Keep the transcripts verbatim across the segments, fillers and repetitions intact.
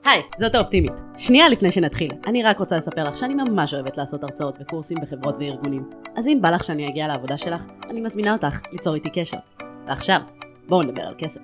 היי, זאת האופטימית. שנייה לפני שנתחיל, אני רק רוצה לספר לך שאני ממש אוהבת לעשות הרצאות וקורסים בחברות וארגונים. אז אם בא לך שאני אגיע לעבודה שלך, אני מזמינה אותך ליצור איתי קשר. ועכשיו, בואו נדבר על כסף.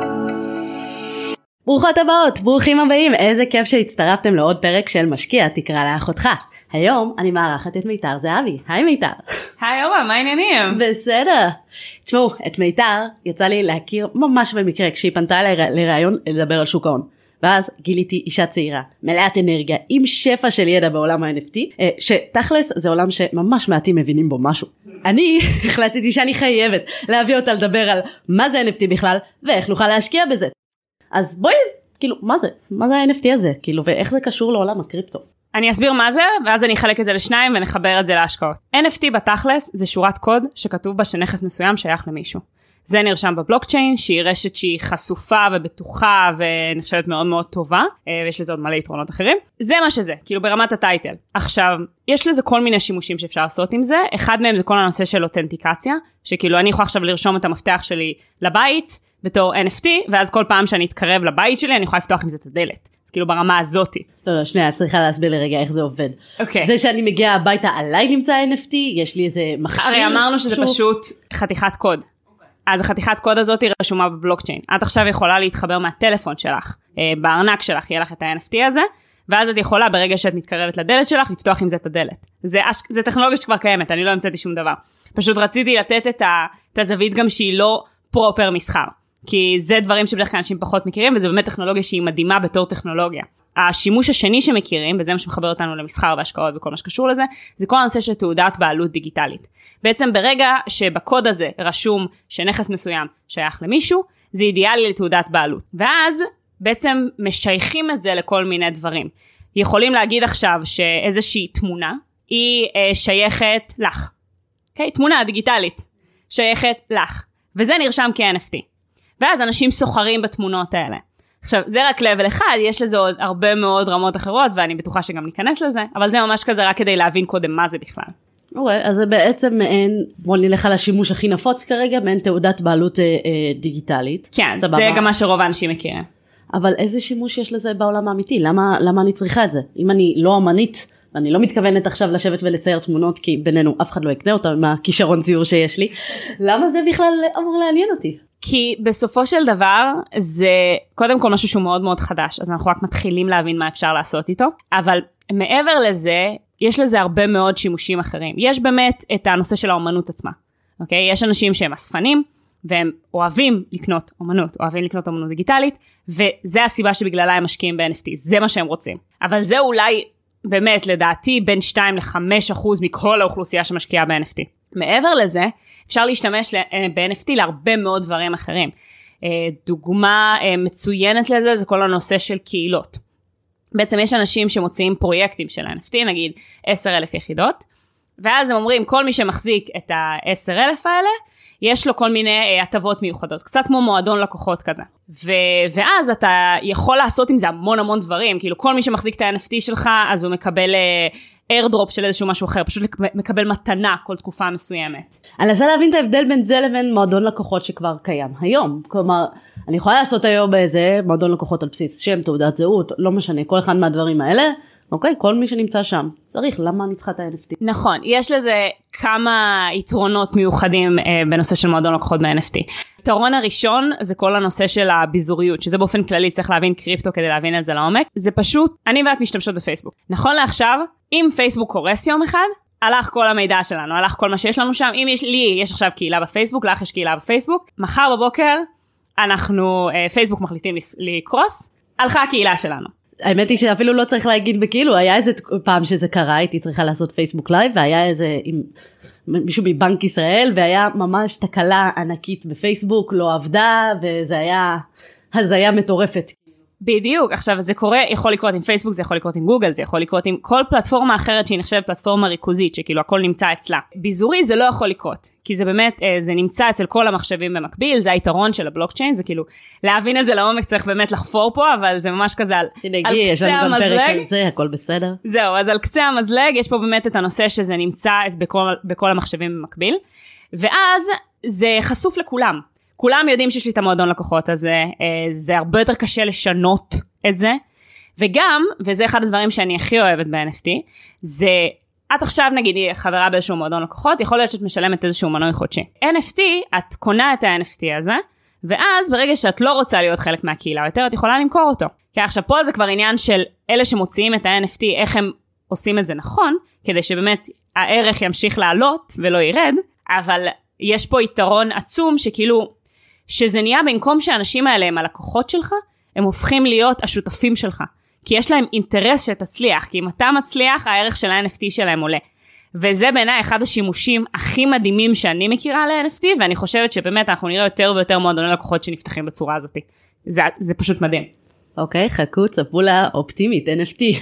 ברוכות הבאות, ברוכים הבאים, איזה כיף שהצטרפתם לעוד פרק של משקיע תקרא לאחותך. היום אני מארחת את מיתר זהבי. היי מיתר. היי אורה, מה העניינים? בסדר. תשמעו, את מיתר יצא לי להכיר ממש במקרה כשהיא פנתה אליי לראיון לדבר על שוק ההון. ואז גיליתי אישה צעירה, מלאת אנרגיה, עם שפע של ידע בעולם ה-אן אף טי, שתכלס זה עולם שממש מעטים מבינים בו משהו. אני החלטתי שאני חייבת להביא אותה לדבר על מה זה אן אף טי בכלל, ואיך נוכל להשקיע בזה. אז בואי, כאילו, מה זה? מה זה ה-אן אף טי הזה? כאילו, ואיך זה קשור לעולם הקריפטו? אני אסביר מה זה, ואז אני אחלק את זה לשניים ונחבר את זה להשקעות. אן אף טי בתכלס זה שורת קוד שכתוב בה שנכס מסוים שייך למישהו. זה נרשם בבלוקצ'יין, שהיא רשת שהיא חשופה ובטוחה ונחשבת מאוד מאוד טובה, ויש לזה עוד מלא יתרונות אחרים. זה מה שזה, כאילו ברמת הטייטל. עכשיו, יש לזה כל מיני שימושים שאפשר לעשות עם זה, אחד מהם זה כל הנושא של אותנטיקציה, שכאילו אני יכולה עכשיו לרשום את המפתח שלי לבית, בתור אן אף טי, ואז כל פעם שאני אתקרב לבית שלי, אני יכולה לפתוח עם זה את הדלת. אז כאילו ברמה הזאתי. לא, לא, שנייה, צריכה להסביר לרגע איך זה עובד. אוקיי. זה שאני מגיעה הביתה עליי נמצא אן אף טי, יש לי איזה מכשיר. הרי אמרנו שזה פשוט חתיכת קוד. אז החתיכת קוד הזאת היא רשומה בבלוקצ'יין. את עכשיו יכולה להתחבר מהטלפון שלך, בארנק שלך יהיה לך את ה-אן אף טי הזה, ואז את יכולה ברגע שאת מתקרבת לדלת שלך, לפתוח עם זה את הדלת. זה, זה טכנולוגיה שכבר קיימת, אני לא המצאתי שום דבר. פשוט רציתי לתת את, ה, את הזווית גם שהיא לא פרופר מסחר. כי זה דברים שבדרך כלל אנשים פחות מכירים, וזה באמת טכנולוגיה שהיא מדהימה בתור טכנולוגיה. השימוש השני שמכירים, וזה מה שמחבר אותנו למסחר והשקעות וכל מה שקשור לזה, זה כל הנושא של תעודת בעלות דיגיטלית. בעצם ברגע שבקוד הזה רשום שנכס מסוים שייך למישהו, זה אידיאלי לתעודת בעלות. ואז בעצם משייכים את זה לכל מיני דברים. יכולים להגיד עכשיו שאיזושהי תמונה היא אה, שייכת לך. Okay? תמונה דיגיטלית שייכת לך. וזה נרשם כ-אן אף טי. ואז אנשים סוחרים בתמונות האלה. עכשיו, זה רק לבל אחד, יש לזה עוד הרבה מאוד רמות אחרות, ואני בטוחה שגם ניכנס לזה, אבל זה ממש כזה רק כדי להבין קודם מה זה בכלל. אוקיי, אז זה בעצם מעין, בוא נלך על השימוש הכי נפוץ כרגע, מעין תעודת בעלות אה, אה, דיגיטלית. כן, סבבה. זה גם מה שרוב האנשים מכירים. אבל איזה שימוש יש לזה בעולם האמיתי? למה, למה אני צריכה את זה? אם אני לא אמנית, ואני לא מתכוונת עכשיו לשבת ולצייר תמונות, כי בינינו אף אחד לא יקנה אותה מהכישרון ציור שיש לי, למה זה בכלל אמור לעניין אותי? כי בסופו של דבר זה קודם כל משהו שהוא מאוד מאוד חדש, אז אנחנו רק מתחילים להבין מה אפשר לעשות איתו, אבל מעבר לזה, יש לזה הרבה מאוד שימושים אחרים. יש באמת את הנושא של האומנות עצמה, אוקיי? יש אנשים שהם אספנים, והם אוהבים לקנות אומנות, אוהבים לקנות אומנות דיגיטלית, וזה הסיבה שבגללה הם משקיעים ב-אן אף טי, זה מה שהם רוצים. אבל זה אולי באמת לדעתי בין שתיים לחמש אחוז מכל האוכלוסייה שמשקיעה ב-אן אף טי. מעבר לזה, אפשר להשתמש ב-אן אף טי להרבה מאוד דברים אחרים. דוגמה מצוינת לזה זה כל הנושא של קהילות. בעצם יש אנשים שמוציאים פרויקטים של אן אף טי, נגיד עשרת אלפים יחידות, ואז הם אומרים כל מי שמחזיק את ה-עשרת אלפים האלה, יש לו כל מיני הטבות מיוחדות, קצת כמו מועדון לקוחות כזה. ו- ואז אתה יכול לעשות עם זה המון המון דברים, כאילו כל מי שמחזיק את ה-אן אף טי שלך, אז הוא מקבל airdrop של איזשהו משהו אחר, פשוט מקבל מתנה כל תקופה מסוימת. אני רוצה להבין את ההבדל בין זה לבין מועדון לקוחות שכבר קיים היום. כלומר, אני יכולה לעשות היום באיזה מועדון לקוחות על בסיס שם, תעודת זהות, לא משנה, כל אחד מהדברים האלה, אוקיי, כל מי שנמצא שם, צריך, למה אני צריכה את ה-אן אף טי? נכון, יש לזה כמה יתרונות מיוחדים אה, בנושא של מועדון לקוחות ב-אן אף טי. היתרון הראשון זה כל הנושא של הביזוריות, שזה באופן כללי צריך להבין קריפטו כדי להבין את זה לעומק. זה פשוט, אני ואת משתמשות בפייסבוק. נכון לעכשיו, אם פייסבוק קורס יום אחד, הלך כל המידע שלנו, הלך כל מה שיש לנו שם. אם יש לי, יש עכשיו קהילה בפייסבוק, לך יש קהילה בפייסבוק. מחר בבוקר, אנחנו, אה, פייסבוק מחליטים לקרוס, הלכה הקהילה שלנו. האמת היא שאפילו לא צריך להגיד בכאילו, היה איזה פעם שזה קרה, הייתי צריכה לעשות פייסבוק לייב, והיה איזה עם מישהו מבנק ישראל, והיה ממש תקלה ענקית בפייסבוק, לא עבדה, וזה היה הזיה מטורפת. בדיוק, עכשיו זה קורה, יכול לקרות עם פייסבוק, זה יכול לקרות עם גוגל, זה יכול לקרות עם כל פלטפורמה אחרת שהיא נחשבת פלטפורמה ריכוזית, שכאילו הכל נמצא אצלה. ביזורי זה לא יכול לקרות, כי זה באמת, זה נמצא אצל כל המחשבים במקביל, זה היתרון של הבלוקצ'יין, זה כאילו, להבין את זה לעומק צריך באמת לחפור פה, אבל זה ממש כזה על, על קצה המזלג. זה, הכל בסדר. זהו, אז על קצה המזלג יש פה באמת את הנושא שזה נמצא בכל, בכל המחשבים במקביל, ואז זה חשוף לכולם. כולם יודעים שיש לי את המועדון לקוחות הזה, זה הרבה יותר קשה לשנות את זה, וגם, וזה אחד הדברים שאני הכי אוהבת ב-אן אף טי, זה, את עכשיו נגיד חברה באיזשהו מועדון לקוחות, יכול להיות שאת משלמת איזשהו מנוי חודשי. אן אף טי, את קונה את ה-אן אף טי הזה, ואז ברגע שאת לא רוצה להיות חלק מהקהילה יותר, את יכולה למכור אותו. כי עכשיו פה זה כבר עניין של אלה שמוציאים את ה-אן אף טי, איך הם עושים את זה נכון, כדי שבאמת הערך ימשיך לעלות ולא ירד, אבל יש פה יתרון עצום שכאילו, שזה נהיה במקום שהאנשים האלה הם הלקוחות שלך, הם הופכים להיות השותפים שלך. כי יש להם אינטרס שתצליח, כי אם אתה מצליח, הערך של ה-אן אף טי שלהם עולה. וזה בעיניי אחד השימושים הכי מדהימים שאני מכירה ל-אן אף טי, ואני חושבת שבאמת אנחנו נראה יותר ויותר מועדוני לקוחות שנפתחים בצורה הזאת. זה, זה פשוט מדהים. אוקיי, חכו, צפו לה אופטימית, אן אף טי.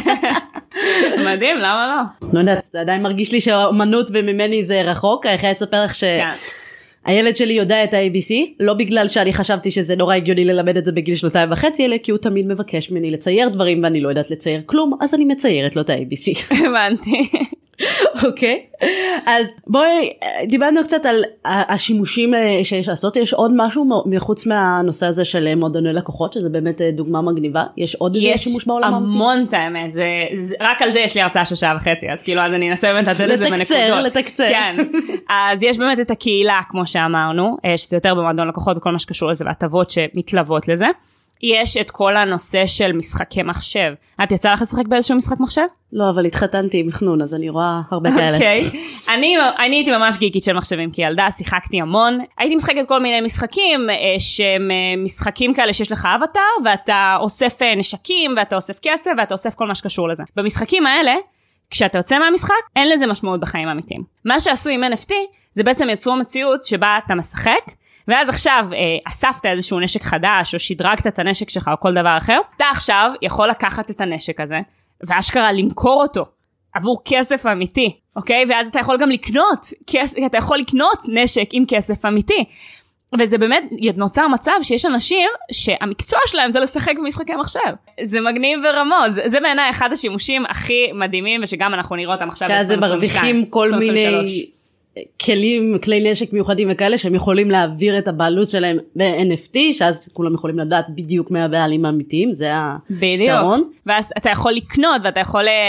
מדהים, למה לא? לא יודעת, זה עדיין מרגיש לי שהאמנות וממני זה רחוק, אני חייבת לספר לך שהילד שלי יודע את ה-איי בי סי, לא בגלל שאני חשבתי שזה נורא הגיוני ללמד את זה בגיל שנתיים וחצי, אלא כי הוא תמיד מבקש ממני לצייר דברים, ואני לא יודעת לצייר כלום, אז אני מציירת לו את ה-איי בי סי. הבנתי. אוקיי, אז בואי, דיברנו קצת על השימושים שיש לעשות, יש עוד משהו מחוץ מהנושא הזה של מועדוני לקוחות, שזה באמת דוגמה מגניבה, יש עוד איזה שימוש בעולם האמיתי? יש המון האמת, רק על זה יש לי הרצאה של שעה וחצי, אז כאילו אז אני אנסה באמת לתת לזה בנקודות. לתקצר, לתקצר. כן, אז יש באמת את הקהילה, כמו שאמרנו, שזה יותר במועדון לקוחות וכל מה שקשור לזה, והטבות שמתלוות לזה. יש את כל הנושא של משחקי מחשב. את יצא לך לשחק באיזשהו משחק מחשב? לא, אבל התחתנתי עם מכנון, אז אני רואה הרבה כאלה. אוקיי. אני, אני הייתי ממש גיקית של מחשבים כילדה, שיחקתי המון. הייתי משחקת כל מיני משחקים, שהם משחקים כאלה שיש לך אבטר, ואתה אוסף נשקים, ואתה אוסף כסף, ואתה אוסף כל מה שקשור לזה. במשחקים האלה, כשאתה יוצא מהמשחק, אין לזה משמעות בחיים האמיתיים. מה שעשו עם אן אף טי, זה בעצם יצרו מציאות שבה אתה משחק, ואז עכשיו אה, אספת איזשהו נשק חדש, או שדרגת את הנשק שלך, או כל דבר אחר, אתה עכשיו יכול לקחת את הנשק הזה, ואשכרה למכור אותו, עבור כסף אמיתי, אוקיי? ואז אתה יכול גם לקנות, כס... אתה יכול לקנות נשק עם כסף אמיתי. וזה באמת נוצר מצב שיש אנשים שהמקצוע שלהם זה לשחק במשחקי מחשב. זה מגניב ברמות, זה, זה בעיניי אחד השימושים הכי מדהימים, ושגם אנחנו נראה אותם עכשיו ב-עשרים עשרים ושתיים. כזה מרוויחים כל מיני כלים, כלי נשק מיוחדים וכאלה, שהם יכולים להעביר את הבעלות שלהם ב-אן אף טי, שאז כולם יכולים לדעת בדיוק מה הבעלים האמיתיים, זה היתרון. ואז אתה יכול לקנות, ואתה יכול אה,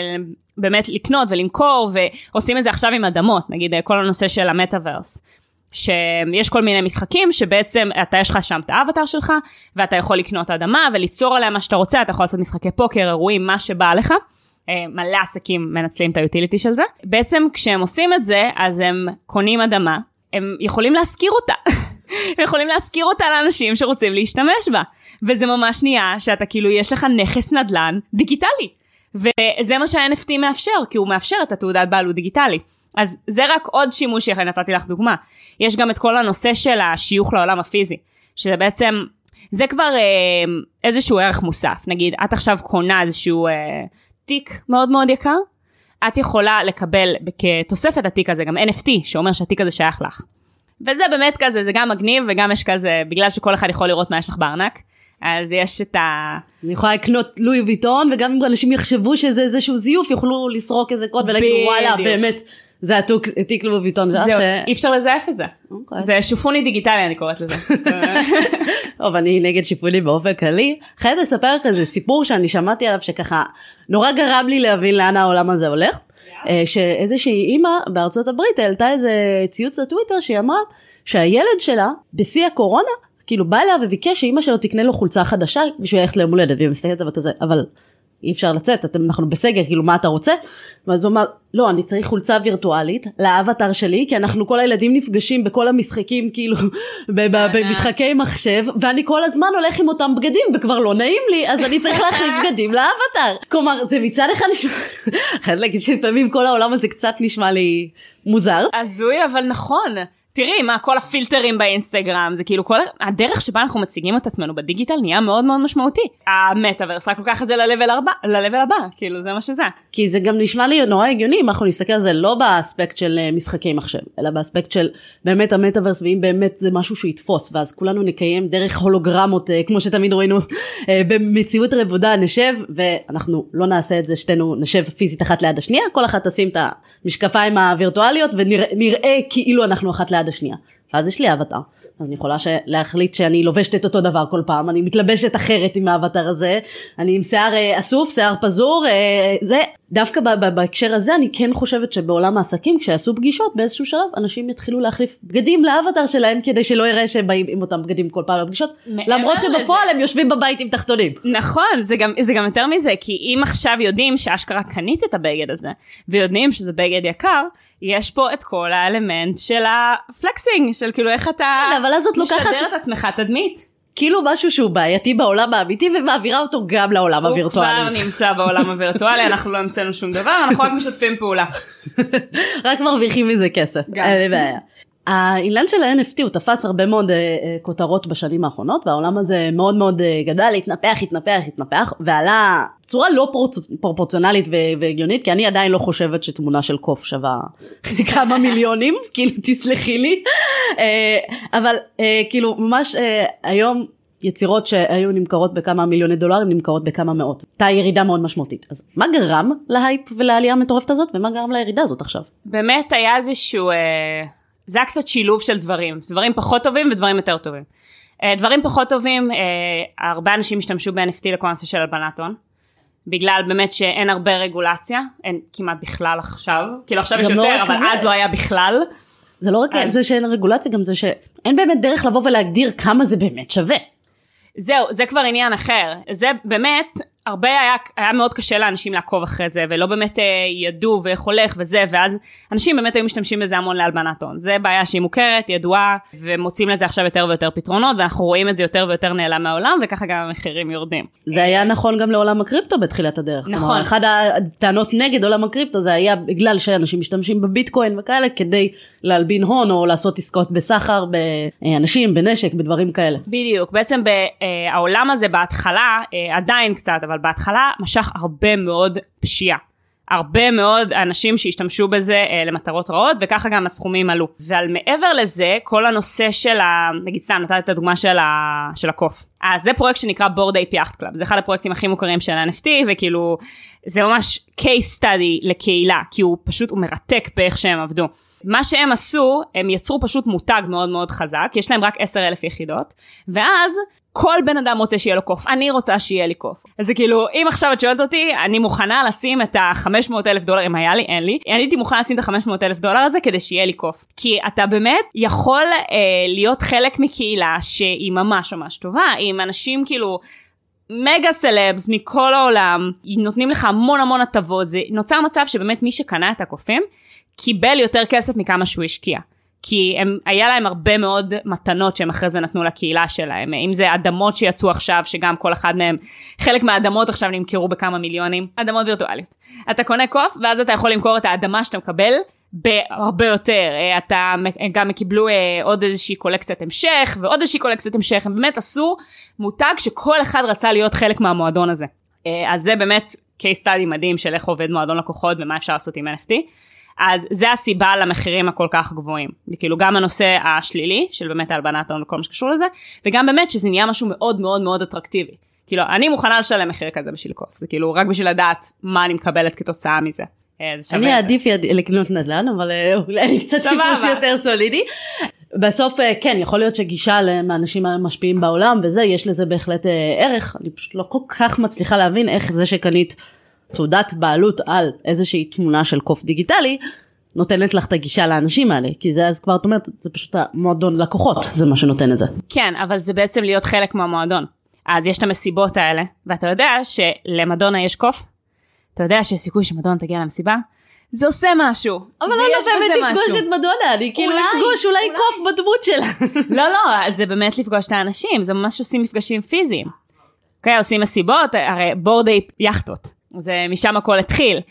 באמת לקנות ולמכור, ועושים את זה עכשיו עם אדמות, נגיד כל הנושא של המטאברס. שיש כל מיני משחקים שבעצם אתה יש לך שם את האבטר שלך, ואתה יכול לקנות אדמה וליצור עליה מה שאתה רוצה, אתה יכול לעשות משחקי פוקר, אירועים, מה שבא לך. מלא עסקים מנצלים את היוטיליטי של זה. בעצם כשהם עושים את זה, אז הם קונים אדמה, הם יכולים להשכיר אותה. הם יכולים להשכיר אותה לאנשים שרוצים להשתמש בה. וזה ממש נהיה שאתה כאילו יש לך נכס נדל"ן דיגיטלי. וזה מה שה-אן אף טי מאפשר, כי הוא מאפשר את התעודת בעלות דיגיטלי. אז זה רק עוד שימוש שיכול נתתי לך דוגמה. יש גם את כל הנושא של השיוך לעולם הפיזי, שזה בעצם, זה כבר אה, איזשהו ערך מוסף. נגיד, את עכשיו קונה איזשהו אה, תיק מאוד מאוד יקר, את יכולה לקבל כתוספת התיק הזה, גם אן אף טי, שאומר שהתיק הזה שייך לך. וזה באמת כזה, זה גם מגניב, וגם יש כזה, בגלל שכל אחד יכול לראות מה יש לך בארנק, אז יש את ה... אני יכולה לקנות לואי ויטון, וגם אם אנשים יחשבו שזה איזשהו זיוף, יוכלו לסרוק איזה קוד, ולהגיד, וואלה, באמת, זה התיק לואי ויטון. זהו, אי אפשר לזייף את זה. זה שופוני דיגיטלי, אני קוראת לזה. טוב, אני נגד שיפוני באופן כללי. חייבת לספר לך איזה סיפור שאני שמעתי עליו, שככה נורא גרם לי להבין לאן העולם הזה הולך. שאיזושהי אימא בארצות הברית העלתה איזה ציוץ לטוויטר, שהיא אמרה שהילד שלה, בשיא הקורונה, כאילו בא אליה וביקש שאמא שלו תקנה לו חולצה חדשה, בשביל ללכת ליום הולדת, והיא מסתכלת עליו כזה, אבל אי אפשר לצאת, אתם, אנחנו בסגר, כאילו מה אתה רוצה? ואז הוא אמר, לא, אני צריך חולצה וירטואלית, לאבטר שלי, כי אנחנו כל הילדים נפגשים בכל המשחקים, כאילו, במשחקי מחשב, ואני כל הזמן הולך עם אותם בגדים, וכבר לא נעים לי, אז אני צריך להחליף בגדים לאבטר. כלומר, זה מצד אחד נשמע, חייבת להגיד שלפעמים כל העולם הזה קצת נשמע לי מוזר. הזוי, אבל נכון. תראי, מה, כל הפילטרים באינסטגרם, זה כאילו כל הדרך שבה אנחנו מציגים את עצמנו בדיגיטל נהיה מאוד מאוד משמעותי. המטאברס רק לוקח את זה ללבל הבא, ללבל הבא, כאילו זה מה שזה. כי זה גם נשמע לי נורא הגיוני, אם אנחנו נסתכל על זה לא באספקט של משחקי מחשב, אלא באספקט של באמת המטאברס, ואם באמת זה משהו שיתפוס, ואז כולנו נקיים דרך הולוגרמות, כמו שתמיד ראינו, במציאות רבודה נשב, ואנחנו לא נעשה את זה, שתינו נשב פיזית אחת ליד השנייה, כל אחת תשים את המשקפיים הווירטואליות, ונראה כאילו אנחנו אחת ליד השנייה. ואז יש לי אבטר, אז אני יכולה להחליט שאני לובשת את אותו דבר כל פעם, אני מתלבשת אחרת עם האבטר הזה, אני עם שיער אסוף, שיער פזור, זה, דווקא בהקשר הזה אני כן חושבת שבעולם העסקים, כשיעשו פגישות באיזשהו שלב, אנשים יתחילו להחליף בגדים לאבטר שלהם, כדי שלא יראה שבאים עם אותם בגדים כל פעם לפגישות, למרות שבפועל הם יושבים בבית עם תחתונים. נכון, זה גם, זה גם יותר מזה, כי אם עכשיו יודעים שאשכרה קנית את הבגד הזה, ויודעים שזה בגד יקר, יש פה את כל האלמנט של הפלקסינג, של כאילו איך אתה משדר את עצמך תדמית. כאילו משהו שהוא בעייתי בעולם האמיתי, ומעבירה אותו גם לעולם הווירטואלי. הוא כבר נמצא בעולם הווירטואלי, אנחנו לא המצאנו שום דבר, אנחנו רק משתפים פעולה. רק מרוויחים מזה כסף. אין בעיה. העניין של ה-אן אף טי הוא תפס הרבה מאוד כותרות בשנים האחרונות, והעולם הזה מאוד מאוד גדל, התנפח, התנפח, התנפח, ועלה צורה לא פרופורציונלית והגיונית, כי אני עדיין לא חושבת שתמונה של קוף שווה כמה מיליונים, כאילו תסלחי לי, אבל כאילו ממש היום יצירות שהיו נמכרות בכמה מיליוני דולרים, נמכרות בכמה מאות. הייתה ירידה מאוד משמעותית. אז מה גרם להייפ ולעלייה המטורפת הזאת, ומה גרם לירידה הזאת עכשיו? באמת היה איזשהו... זה היה קצת שילוב של דברים, דברים פחות טובים ודברים יותר טובים. דברים פחות טובים, הרבה אנשים השתמשו ב-אן אף טי לכל נושא של הלבנת הון, בגלל באמת שאין הרבה רגולציה, אין כמעט בכלל עכשיו, כאילו עכשיו יש יותר, אבל אז לא היה בכלל. זה לא רק זה שאין רגולציה, גם זה שאין באמת דרך לבוא ולהגדיר כמה זה באמת שווה. זהו, זה כבר עניין אחר. זה באמת, הרבה היה, היה מאוד קשה לאנשים לעקוב אחרי זה, ולא באמת ידעו ואיך הולך וזה, ואז אנשים באמת היו משתמשים בזה המון להלבנת הון. זה בעיה שהיא מוכרת, ידועה, ומוצאים לזה עכשיו יותר ויותר פתרונות, ואנחנו רואים את זה יותר ויותר נעלם מהעולם, וככה גם המחירים יורדים. זה היה נכון גם לעולם הקריפטו בתחילת הדרך. נכון. כלומר, אחד הטענות נגד עולם הקריפטו, זה היה בגלל שאנשים משתמשים בביטקוין וכאלה, כדי להלבין הון, או לעשות עסקאות בסחר, באנשים, בנשק, בדברים כאלה. בדיוק. בעצם העולם הזה בהתחלה, עדיין קצת, אבל בהתחלה משך הרבה מאוד פשיעה. הרבה מאוד אנשים שהשתמשו בזה אה, למטרות רעות, וככה גם הסכומים עלו. ועל מעבר לזה, כל הנושא של ה... נגיד סתם, נתת את הדוגמה של, ה... של הקוף. אז זה פרויקט שנקרא Bored Ape Yacht Club. זה אחד הפרויקטים הכי מוכרים של ה-אן אף טי, וכאילו, זה ממש case study לקהילה, כי הוא פשוט, הוא מרתק באיך שהם עבדו. מה שהם עשו, הם יצרו פשוט מותג מאוד מאוד חזק, יש להם רק עשרת אלפים יחידות, ואז כל בן אדם רוצה שיהיה לו קוף, אני רוצה שיהיה לי קוף. אז זה כאילו, אם עכשיו את שואלת אותי, אני מוכנה לשים את ה-חמש מאות אלף דולר, אם היה לי, אין לי, אני הייתי מוכנה לשים את ה-חמש מאות אלף דולר הזה, כדי שיהיה לי קוף. כי אתה באמת יכול אה, להיות חלק מקהילה, שהיא ממש ממש טובה, עם אנשים כאילו, מגה סלבס מכל העולם, נותנים לך המון המון הטבות, זה נוצר מצב שבאמת מי שקנה את הקופים, קיבל יותר כסף מכמה שהוא השקיע. כי הם, היה להם הרבה מאוד מתנות שהם אחרי זה נתנו לקהילה שלהם. אם זה אדמות שיצאו עכשיו, שגם כל אחד מהם, חלק מהאדמות עכשיו נמכרו בכמה מיליונים, אדמות וירטואליות. אתה קונה קוף, ואז אתה יכול למכור את האדמה שאתה מקבל, בהרבה יותר. אתה גם קיבלו עוד איזושהי קולקציית המשך, ועוד איזושהי קולקציית המשך. הם באמת עשו מותג שכל אחד רצה להיות חלק מהמועדון הזה. אז זה באמת case study מדהים של איך עובד מועדון לקוחות, ומה אפשר לעשות עם אן אף טי. אז זה הסיבה למחירים הכל כך גבוהים. זה כאילו גם הנושא השלילי, של באמת ההלבנת הון וכל מה שקשור לזה, וגם באמת שזה נהיה משהו מאוד מאוד מאוד אטרקטיבי. כאילו, אני מוכנה לשלם מחיר כזה בשביל קוף. זה כאילו רק בשביל לדעת מה אני מקבלת כתוצאה מזה. אני עדיף לקנות נדל"ן, אבל אולי קצת טיפוס יותר סולידי. בסוף, כן, יכול להיות שגישה לאנשים המשפיעים בעולם, וזה, יש לזה בהחלט ערך. אני פשוט לא כל כך מצליחה להבין איך זה שקנית תעודת בעלות על איזושהי תמונה של קוף דיגיטלי, נותנת לך את הגישה לאנשים האלה, כי זה אז כבר, את אומרת, זה פשוט המועדון לקוחות, זה מה שנותן את זה. כן, אבל זה בעצם להיות חלק מהמועדון. אז יש את המסיבות האלה, ואתה יודע שלמדונה יש קוף, אתה יודע שיש סיכוי שמדונה תגיע למסיבה, זה עושה משהו. אבל אני לא באמת תפגוש את מדונה, אני כאילו אפגוש אולי קוף בדמות שלה. לא, לא, זה באמת לפגוש את האנשים, זה ממש עושים מפגשים פיזיים. אוקיי, עושים מסיבות, הרי Bored Ape יאכטות. זה משם הכל התחיל,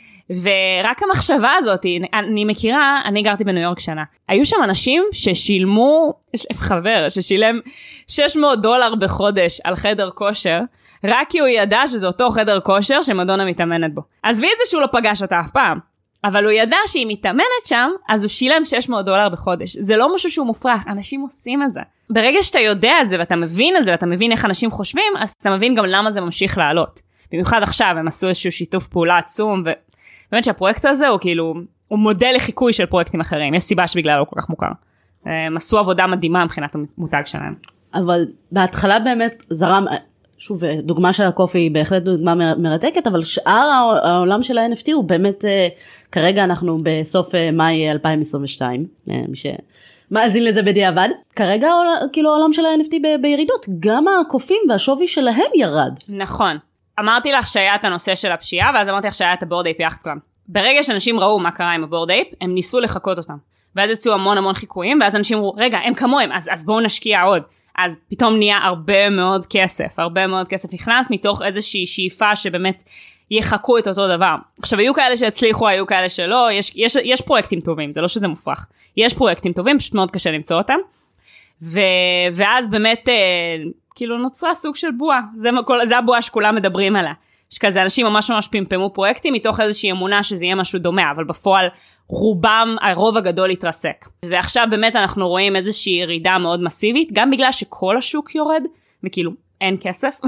ורק המחשבה הזאת, אני מכירה, אני גרתי בניו יורק שנה, היו שם אנשים ששילמו, יש חבר ששילם שש מאות דולר בחודש על חדר כושר, רק כי הוא ידע שזה אותו חדר כושר שמדונה מתאמנת בו. עזבי את זה שהוא לא פגש אותה אף פעם, אבל הוא ידע שהיא מתאמנת שם, אז הוא שילם שש מאות דולר בחודש. זה לא משהו שהוא מופרך, אנשים עושים את זה. ברגע שאתה יודע את זה ואתה מבין את זה, ואתה מבין איך אנשים חושבים, אז אתה מבין גם למה זה ממשיך לעלות. במיוחד עכשיו, הם עשו איזשהו שיתוף פעולה עצום, ובאמת שהפרויקט הזה הוא כאילו, הוא מודל לחיקוי של פרויקטים אחרים, יש סיבה שבגלל הוא כל כך מוכר. הם עשו עבודה מדהימה מבחינת המותג שלהם. אבל בהתחלה באמת זרם, שוב, דוגמה של הקופי היא בהחלט דוגמה מרתקת, אבל שאר העולם של ה-אן אף טי הוא באמת, כרגע אנחנו בסוף מאי אלפיים עשרים ושתיים, מי שמאזין לזה בדיעבד, כרגע כאילו העולם של ה-אן אף טי ב- בירידות, גם הקופים והשווי שלהם ירד. נכון. אמרתי לך שהיה את הנושא של הפשיעה, ואז אמרתי לך שהיה את הבורד אייפ יחד קלאב. ברגע שאנשים ראו מה קרה עם הבורד אייפ, הם ניסו לחכות אותם. ואז יצאו המון המון חיקויים, ואז אנשים אמרו, רגע, הם כמוהם, אז, אז בואו נשקיע עוד. אז פתאום נהיה הרבה מאוד כסף, הרבה מאוד כסף נכנס, מתוך איזושהי שאיפה שבאמת יחכו את אותו דבר. עכשיו, היו כאלה שהצליחו, היו כאלה שלא, יש, יש, יש פרויקטים טובים, זה לא שזה מופרך. יש פרויקטים טובים, פשוט מאוד קשה למצוא אותם. ו, ואז באמת, אה, כאילו נוצרה סוג של בועה. זה, זה הבועה שכולם מדברים עליה. שכזה אנשים ממש ממש פמפמו פרויקטים, מתוך איזושהי אמונה שזה יהיה משהו דומה, אבל בפועל רובם, הרוב הגדול התרסק. ועכשיו באמת אנחנו רואים איזושהי ירידה מאוד מסיבית, גם בגלל שכל השוק יורד, וכאילו אין כסף,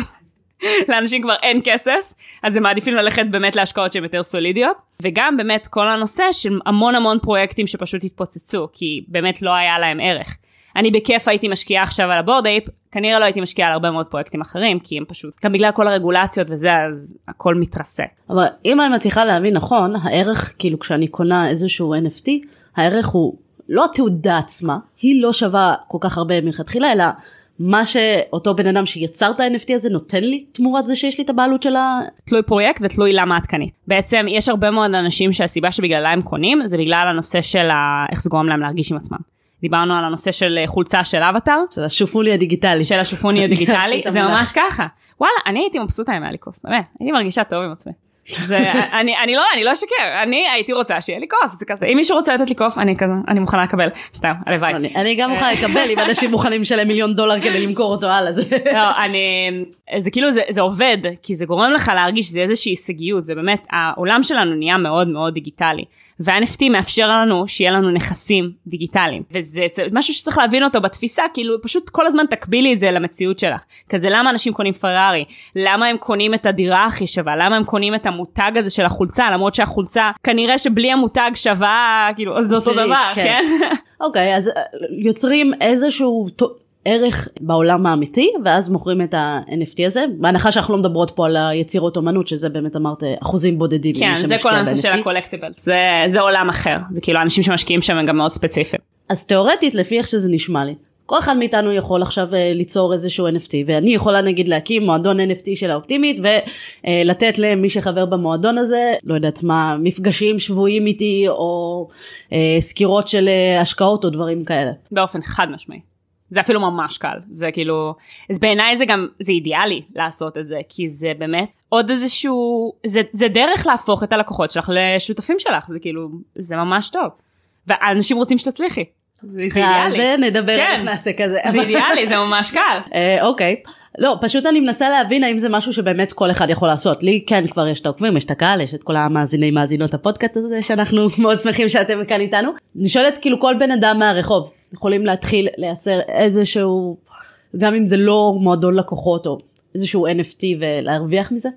לאנשים כבר אין כסף, אז הם מעדיפים ללכת באמת להשקעות שהן יותר סולידיות, וגם באמת כל הנושא של המון המון פרויקטים שפשוט התפוצצו, כי באמת לא היה להם ערך. אני בכיף הייתי משקיעה עכשיו על הבורד אייפ, כנראה לא הייתי משקיעה על הרבה מאוד פרויקטים אחרים, כי הם פשוט, גם בגלל כל הרגולציות וזה, אז הכל מתרסק. אבל אם אני מצליחה להבין נכון, הערך, כאילו כשאני קונה איזשהו אן אף טי, הערך הוא לא התעודה עצמה, היא לא שווה כל כך הרבה מלכתחילה, אלא מה שאותו בן אדם שיצר את ה-אן אף טי הזה נותן לי תמורת זה שיש לי את הבעלות של ה... תלוי פרויקט ותלוי למה התקנית. בעצם יש הרבה מאוד אנשים שהסיבה שבגללה הם קונים, זה בגלל הנושא של ה... איך זה גורם להם להרגיש עם עצמם. דיברנו על הנושא של חולצה של אבטר. של השופוני הדיגיטלי. של השופוני הדיגיטלי, זה ממש ככה. וואלה, אני הייתי מבסוטה עם היה לי קוף, באמת, הייתי מרגישה טוב עם עצמי. זה, אני, אני לא, אני לא אשקר, אני הייתי רוצה שיהיה לי קוף, זה כזה, אם מישהו רוצה לתת לי קוף, אני כזה, אני מוכנה לקבל, סתם, הלוואי. אני, אני גם מוכנה לקבל, אם אנשים מוכנים לשלם מיליון דולר כדי למכור אותו הלאה, זה... לא, אני, זה כאילו, זה, זה עובד, כי זה גורם לך להרגיש שזה איזושהי הישגיות, זה באמת, העולם שלנו נהיה מאוד מאוד דיגיטלי, וה-אן אף טי מאפשר לנו שיהיה לנו נכסים דיגיטליים, וזה משהו שצריך להבין אותו בתפיסה, כאילו פשוט כל הזמן תקבילי את זה למציאות שלך, כזה למה אנשים קונים פרארי, למה הם קונים את הדירה הכי שווה, למה הם קונים את המותג הזה של החולצה, למרות שהחולצה כנראה שבלי המותג שווה, כאילו זה אותו דבר, כן? אוקיי, אז יוצרים איזשהו ערך בעולם האמיתי, ואז מוכרים את ה-אן אף טי הזה, בהנחה שאנחנו לא מדברות פה על היצירות אומנות, שזה באמת אמרת אחוזים בודדים. כן, זה כל הנושא של הקולקטיבל, זה, זה עולם אחר, זה כאילו אנשים שמשקיעים שם הם גם מאוד ספציפיים. אז תיאורטית, לפי איך שזה נשמע לי, כל אחד מאיתנו יכול עכשיו ליצור איזשהו אן אף טי, ואני יכולה נגיד להקים מועדון אן אף טי של האופטימית, ולתת למי שחבר במועדון הזה, לא יודעת מה, מפגשים שבועים איתי, או סקירות של השקעות או דברים כאלה. באופן חד משמעי. זה אפילו ממש קל, זה כאילו, אז בעיניי זה גם, זה אידיאלי לעשות את זה, כי זה באמת עוד איזשהו, זה, זה דרך להפוך את הלקוחות שלך לשותפים שלך, זה כאילו, זה ממש טוב, ואנשים רוצים שתצליחי, זה אידיאלי. זה נדבר איך נעשה כזה. זה אידיאלי, זה ממש קל. אוקיי. לא, פשוט אני מנסה להבין האם זה משהו שבאמת כל אחד יכול לעשות. לי כן כבר יש את העוקבים, יש את הקהל, יש את כל המאזיני מאזינות הפודקאסט הזה שאנחנו מאוד שמחים שאתם כאן איתנו. אני שואלת כאילו כל בן אדם מהרחוב יכולים להתחיל לייצר איזשהו, גם אם זה לא מועדון לקוחות או איזשהו אן אף טי ולהרוויח מזה?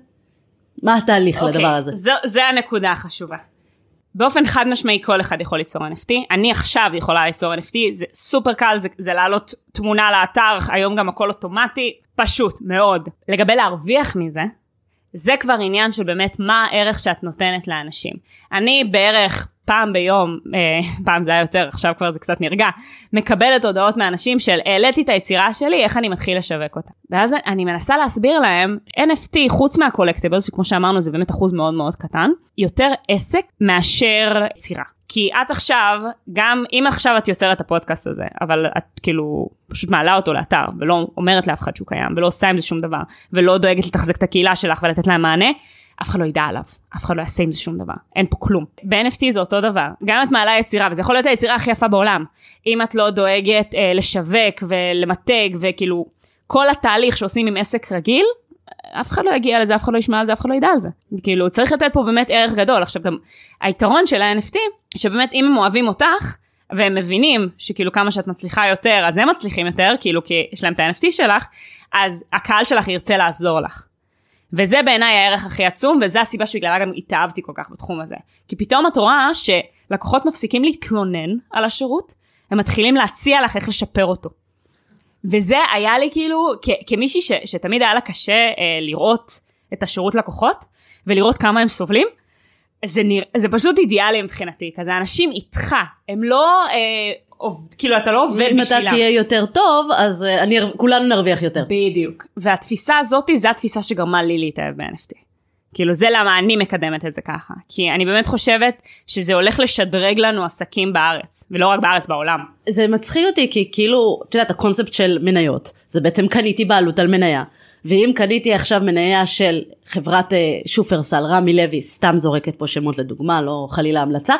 מה התהליך okay. לדבר הזה? זה, זה הנקודה החשובה. באופן חד משמעי כל אחד יכול ליצור אן אף טי, אני עכשיו יכולה ליצור אן אף טי, זה סופר קל, זה, זה לעלות תמונה לאתר, היום גם הכל אוטומטי, פשוט מאוד. לגבי להרוויח מזה, זה כבר עניין של באמת מה הערך שאת נותנת לאנשים. אני בערך פעם ביום, אה, פעם זה היה יותר, עכשיו כבר זה קצת נרגע, מקבלת הודעות מאנשים של העליתי את היצירה שלי, איך אני מתחיל לשווק אותה. ואז אני מנסה להסביר להם, אן אף טי חוץ מהקולקטיבלס, שכמו שאמרנו זה באמת אחוז מאוד מאוד קטן, יותר עסק מאשר יצירה. כי את עכשיו, גם אם עכשיו את יוצרת את הפודקאסט הזה, אבל את כאילו פשוט מעלה אותו לאתר, ולא אומרת לאף אחד שהוא קיים, ולא עושה עם זה שום דבר, ולא דואגת לתחזק את הקהילה שלך ולתת להם מענה, אף אחד לא ידע עליו, אף אחד לא יעשה עם זה שום דבר, אין פה כלום. ב-אן אף טי זה אותו דבר, גם את מעלה יצירה, וזה יכול להיות היצירה הכי יפה בעולם, אם את לא דואגת אה, לשווק ולמתג, וכאילו כל התהליך שעושים עם עסק רגיל, אף אחד לא יגיע לזה, אף אחד לא ישמע על זה, אף אחד לא ידע על זה. כאילו, צריך לתת פה באמת ערך גדול. עכשיו גם, היתרון של ה-אן אף טי, שבאמת אם הם אוהבים אותך, והם מבינים שכאילו כמה שאת מצליחה יותר, אז הם מצליחים יותר, כאילו כי יש להם את ה-אן אף טי שלך, אז הקהל שלך ירצה לעזור לך. וזה בעיניי הערך הכי עצום, וזה הסיבה שבגללה גם התאהבתי כל כך בתחום הזה. כי פתאום את רואה שלקוחות מפסיקים להתלונן על השירות, הם מתחילים להציע לך איך לשפר אותו. וזה היה לי כאילו, כ- כמישהי ש- שתמיד היה לה קשה אה, לראות את השירות לקוחות, ולראות כמה הם סובלים, זה, נרא... זה פשוט אידיאלי מבחינתי, כזה אנשים איתך, הם לא, אה, עובד, כאילו אתה לא עובד בשבילם. ואם אתה תהיה יותר טוב, אז אה, אני, כולנו נרוויח יותר. בדיוק, והתפיסה הזאת, זה התפיסה שגרמה לי להתאהב ב-אן אף טי. כאילו זה למה אני מקדמת את זה ככה, כי אני באמת חושבת שזה הולך לשדרג לנו עסקים בארץ, ולא רק בארץ, בעולם. זה מצחיק אותי, כי כאילו, אתה יודעת, הקונספט של מניות, זה בעצם קניתי בעלות על מניה, ואם קניתי עכשיו מניה של חברת שופרסל, רמי לוי, סתם זורקת פה שמות לדוגמה, לא חלילה המלצה,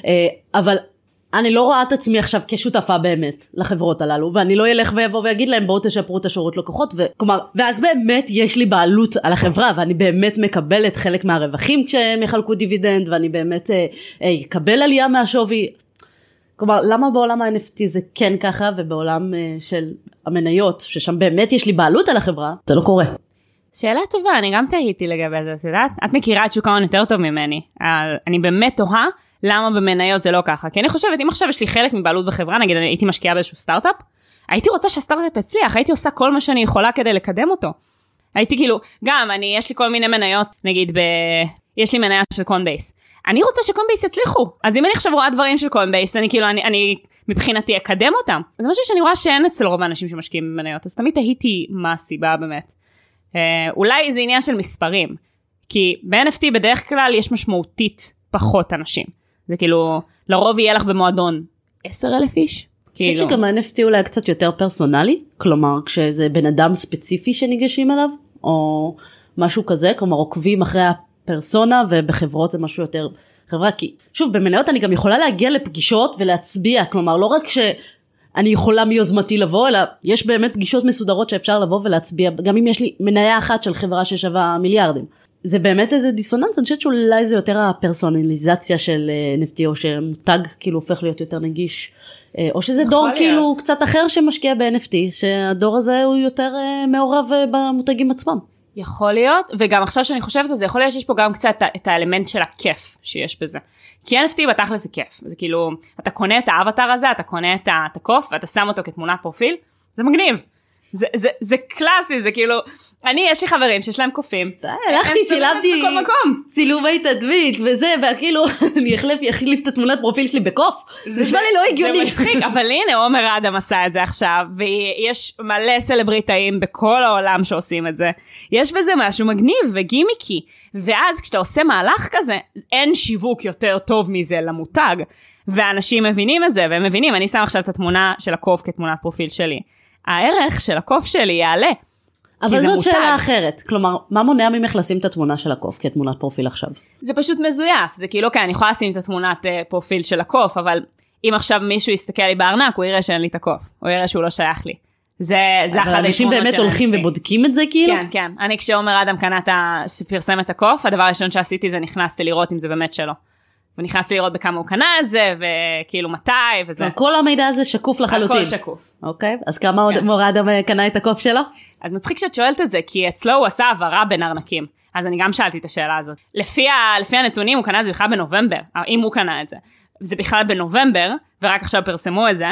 אבל אני לא רואה את עצמי עכשיו כשותפה באמת לחברות הללו, ואני לא אלך ויבוא ויגיד להם בואו תשפרו את השירות לקוחות, וכלומר, ואז באמת יש לי בעלות על החברה, ואני באמת מקבלת חלק מהרווחים כשהם יחלקו דיבידנד, ואני באמת אקבל עלייה מהשווי. כלומר, למה בעולם ה-אן אף טי זה כן ככה, ובעולם של המניות, ששם באמת יש לי בעלות על החברה, זה לא קורה. שאלה טובה, אני גם תהיתי לגבי זה, את יודעת? את מכירה את שוק ההון יותר טוב ממני. אני באמת תוהה למה במניות זה לא ככה. כי אני חושבת, אם עכשיו יש לי חלק מבעלות בחברה, נגיד אני הייתי משקיעה באיזשהו סטארט-אפ, הייתי רוצה שהסטארט-אפ יצליח, הייתי עושה כל מה שאני יכולה כדי לקדם אותו. הייתי כאילו, גם אני, יש לי כל מיני מניות, נגיד ב... יש לי מניה של קוינבייס. אני רוצה שקוינבייס יצליחו. אז אם אני עכשיו רואה דברים של קוינבייס, אני כאילו, אני, אני מבחינתי אקדם אותם. זה משהו שאני רואה שאין אצל רוב האנשים שמשקיעים במניות, אז תמיד תהיתי מה הסיבה באמת. אה, אולי זה עניין של מספרים, כי ב-אן אף טי בדרך כלל יש משמעותית פחות אנשים. זה כאילו, לרוב יהיה לך במועדון עשר אלף איש. אני חושבת שגם ה-אן אף טי אולי קצת יותר פרסונלי, כלומר כשזה בן אדם ספציפי שניגשים אליו, או משהו כזה, כלומר עוקבים אחרי הפרסונה, ובחברות זה משהו יותר חברה, כי שוב במניות אני גם יכולה להגיע לפגישות ולהצביע, כלומר לא רק שאני יכולה מיוזמתי לבוא, אלא יש באמת פגישות מסודרות שאפשר לבוא ולהצביע, גם אם יש לי מניה אחת של חברה ששווה מיליארדים. זה באמת איזה דיסוננס, אני חושבת שאולי זה יותר הפרסונליזציה של אן אף טי, או שמותג כאילו הופך להיות יותר נגיש, או שזה דור כאילו קצת אחר שמשקיע ב-אן אף טי, שהדור הזה הוא יותר מעורב במותגים עצמם. יכול להיות, וגם עכשיו שאני חושבת על זה, יכול להיות שיש פה גם קצת את האלמנט של הכיף שיש בזה. כי אן אף טי בתכל'ס זה כיף, זה כאילו, אתה קונה את האבטר הזה, אתה קונה את הקוף, ואתה שם אותו כתמונת פרופיל, זה מגניב. זה, זה, זה קלאסי, זה כאילו, אני, יש לי חברים שיש להם קופים. הלכתי, שילבתי צילומי תדמית וזה, וכאילו, אני אחליף את התמונת פרופיל שלי בקוף. זה נשמע לי לא הגיוני. זה מצחיק, אבל הנה, עומר אדם עשה את זה עכשיו, ויש מלא סלבריטאים בכל העולם שעושים את זה. יש בזה משהו מגניב וגימיקי, ואז כשאתה עושה מהלך כזה, אין שיווק יותר טוב מזה למותג, ואנשים מבינים את זה, והם מבינים, אני שם עכשיו את התמונה של הקוף כתמונת פרופיל שלי. הערך של הקוף שלי יעלה. אבל זאת שאלה אחרת, כלומר, מה מונע ממך לשים את התמונה של הקוף כתמונת פרופיל עכשיו? זה פשוט מזויף, זה כאילו, כן, אני יכולה לשים את התמונת פרופיל של הקוף, אבל אם עכשיו מישהו יסתכל לי בארנק, הוא יראה שאין לי את הקוף, הוא יראה שהוא לא שייך לי. זה, זה אחד היתרונות של אנשים באמת הולכים ובודקים את זה כאילו? כן, כן. אני כשעומר אדם קנה את פרסם את הקוף, הדבר הראשון שעשיתי זה נכנסתי לראות אם זה באמת שלו. ונכנסתי לראות בכמה הוא קנה את זה, וכאילו מתי, וזה. כל המידע הזה שקוף לחלוטין. הכל שקוף. אוקיי, אז כמה עוד מור אדם קנה את הקוף שלו? אז מצחיק שאת שואלת את זה, כי אצלו הוא עשה העברה בין ארנקים. אז אני גם שאלתי את השאלה הזאת. לפי, לפי הנתונים, הוא קנה את זה בכלל בנובמבר, אם הוא קנה את זה. זה בכלל בנובמבר, ורק עכשיו פרסמו את זה,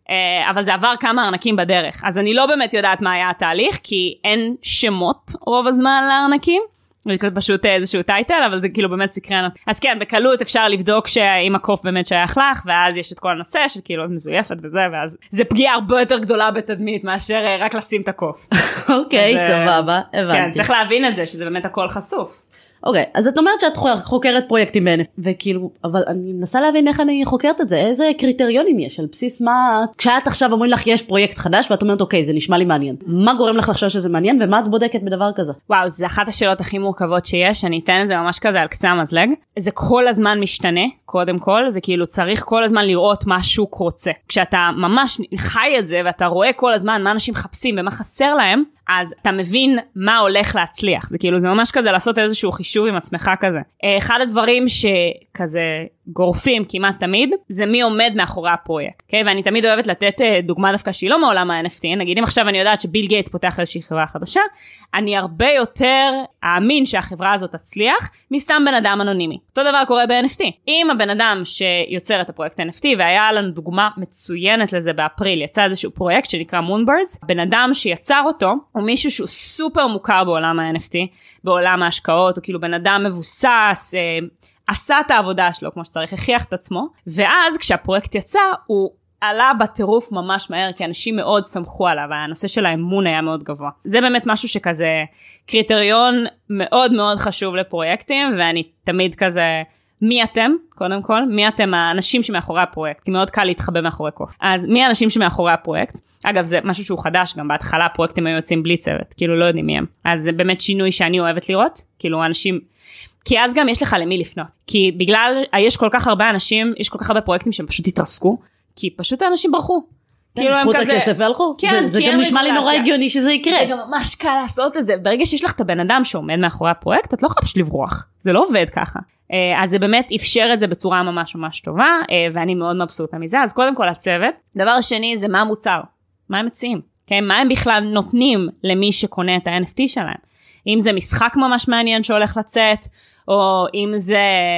אבל זה עבר כמה ארנקים בדרך. אז אני לא באמת יודעת מה היה התהליך, כי אין שמות רוב הזמן לארנקים. זה פשוט איזשהו טייטל, אבל זה כאילו באמת סקרן. אז כן, בקלות אפשר לבדוק שאם הקוף באמת שייך לך, ואז יש את כל הנושא של כאילו מזויפת וזה, ואז זה פגיעה הרבה יותר גדולה בתדמית, מאשר רק לשים את הקוף. אוקיי, סבבה, הבנתי. כן, צריך להבין את זה, שזה באמת הכל חשוף. אוקיי, אז את אומרת שאת חוקרת פרויקטים ב-אן אף טי, וכאילו, אבל אני מנסה להבין איך אני חוקרת את זה, איזה קריטריונים יש, על בסיס מה, כשאת עכשיו אומרים לך יש פרויקט חדש, ואת אומרת אוקיי, זה נשמע לי מעניין, מה גורם לך לחשוב שזה מעניין, ומה את בודקת בדבר כזה? וואו, זה אחת השאלות הכי מורכבות שיש, אני אתן את זה ממש כזה על קצה המזלג, זה כל הזמן משתנה, קודם כל, זה כאילו צריך כל הזמן לראות מה שוק רוצה, כשאתה ממש חי את זה, ואתה רואה כל הזמן מה אנשים מחפשים ומה חסר להם, אז אתה מבין מה הולך להצליח. זה כאילו, זה ממש כזה לעשות איזשהו חישוב עם עצמך כזה. אחד הדברים שכזה גורפים כמעט תמיד, זה מי עומד מאחורי הפרויקט. Okay? ואני תמיד אוהבת לתת דוגמה דווקא שהיא לא מעולם ה-אן אף טי. נגיד אם עכשיו אני יודעת שביל גייטס פותח איזושהי חברה חדשה, אני הרבה יותר אאמין שהחברה הזאת תצליח, מסתם בן אדם אנונימי. אותו דבר קורה ב-אן אף טי. אם הבן אדם שיוצר את הפרויקט אן אף טי, והיה לנו דוגמה מצוינת לזה באפריל, יצא איזשהו פרויקט שנקרא Moonbirds, בן אדם שיצר אותו, הוא מישהו שהוא סופר מוכר בעולם ה-אן אף טי, בעולם ההשקעות, הוא כאילו בן אדם מבוסס, אה, עשה את העבודה שלו כמו שצריך, הכריח את עצמו, ואז כשהפרויקט יצא, הוא עלה בטירוף ממש מהר, כי אנשים מאוד סמכו עליו, והנושא של האמון היה מאוד גבוה. זה באמת משהו שכזה קריטריון מאוד מאוד חשוב לפרויקטים, ואני תמיד כזה, מי אתם? קודם כל, מי אתם האנשים שמאחורי הפרויקט? כי מאוד קל להתחבא מאחורי קוף. אז מי האנשים שמאחורי הפרויקט? אגב, זה משהו שהוא חדש, גם בהתחלה הפרויקטים היו יוצאים בלי צוות, כאילו לא יודעים מי הם. אז זה באמת שינוי שאני אוהבת לראות, כאילו אנשים, כי אז גם יש לך למי לפנות. כי בגלל, יש כל כך הרבה אנשים, יש כל כך הרבה פרויקטים שהם פשוט התרסקו, כי פשוט האנשים ברחו. כאילו הם כזה... קחו את הכסף והלכו. כן, זה גם נשמע לי נורא הגיוני שזה יקרה. זה גם ממש קל לעשות את זה. ברגע שיש לך את הבן אדם שעומד מאחורי הפרויקט, את לא יכולה פשוט לברוח. זה לא עובד ככה. אז זה באמת אפשר את זה בצורה ממש ממש טובה, ואני מאוד מבסוטה מזה. אז קודם כל הצוות. דבר שני זה מה המוצר. מה הם מציעים? מה הם בכלל נותנים למי שקונה את ה-אן אף טי שלהם? אם זה משחק ממש מעניין שהולך לצאת, או אם זה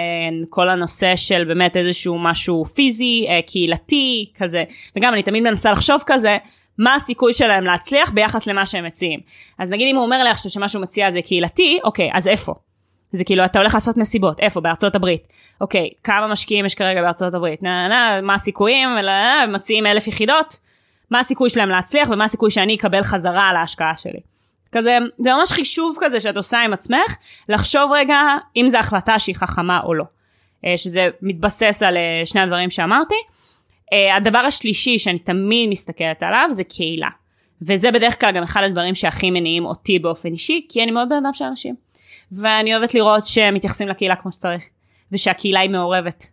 כל הנושא של באמת איזשהו משהו פיזי, קהילתי, כזה. וגם אני תמיד מנסה לחשוב כזה, מה הסיכוי שלהם להצליח ביחס למה שהם מציעים. אז נגיד אם הוא אומר לי עכשיו שמשהו מציע זה קהילתי, אוקיי, אז איפה? זה כאילו, אתה הולך לעשות מסיבות, איפה? בארצות הברית. אוקיי, כמה משקיעים יש כרגע בארצות הברית? נה, נה, מה הסיכויים? מציעים אלף יחידות? מה הסיכוי שלהם להצליח, ומה הסיכוי שאני אקבל חזרה על ההשקעה שלי? כזה, זה ממש חישוב כזה שאת עושה עם עצמך, לחשוב רגע אם זו החלטה שהיא חכמה או לא. שזה מתבסס על שני הדברים שאמרתי. הדבר השלישי שאני תמיד מסתכלת עליו זה קהילה. וזה בדרך כלל גם אחד הדברים שהכי מניעים אותי באופן אישי, כי אני מאוד בן אדם של אנשים. ואני אוהבת לראות שהם מתייחסים לקהילה כמו שצריך, ושהקהילה היא מעורבת.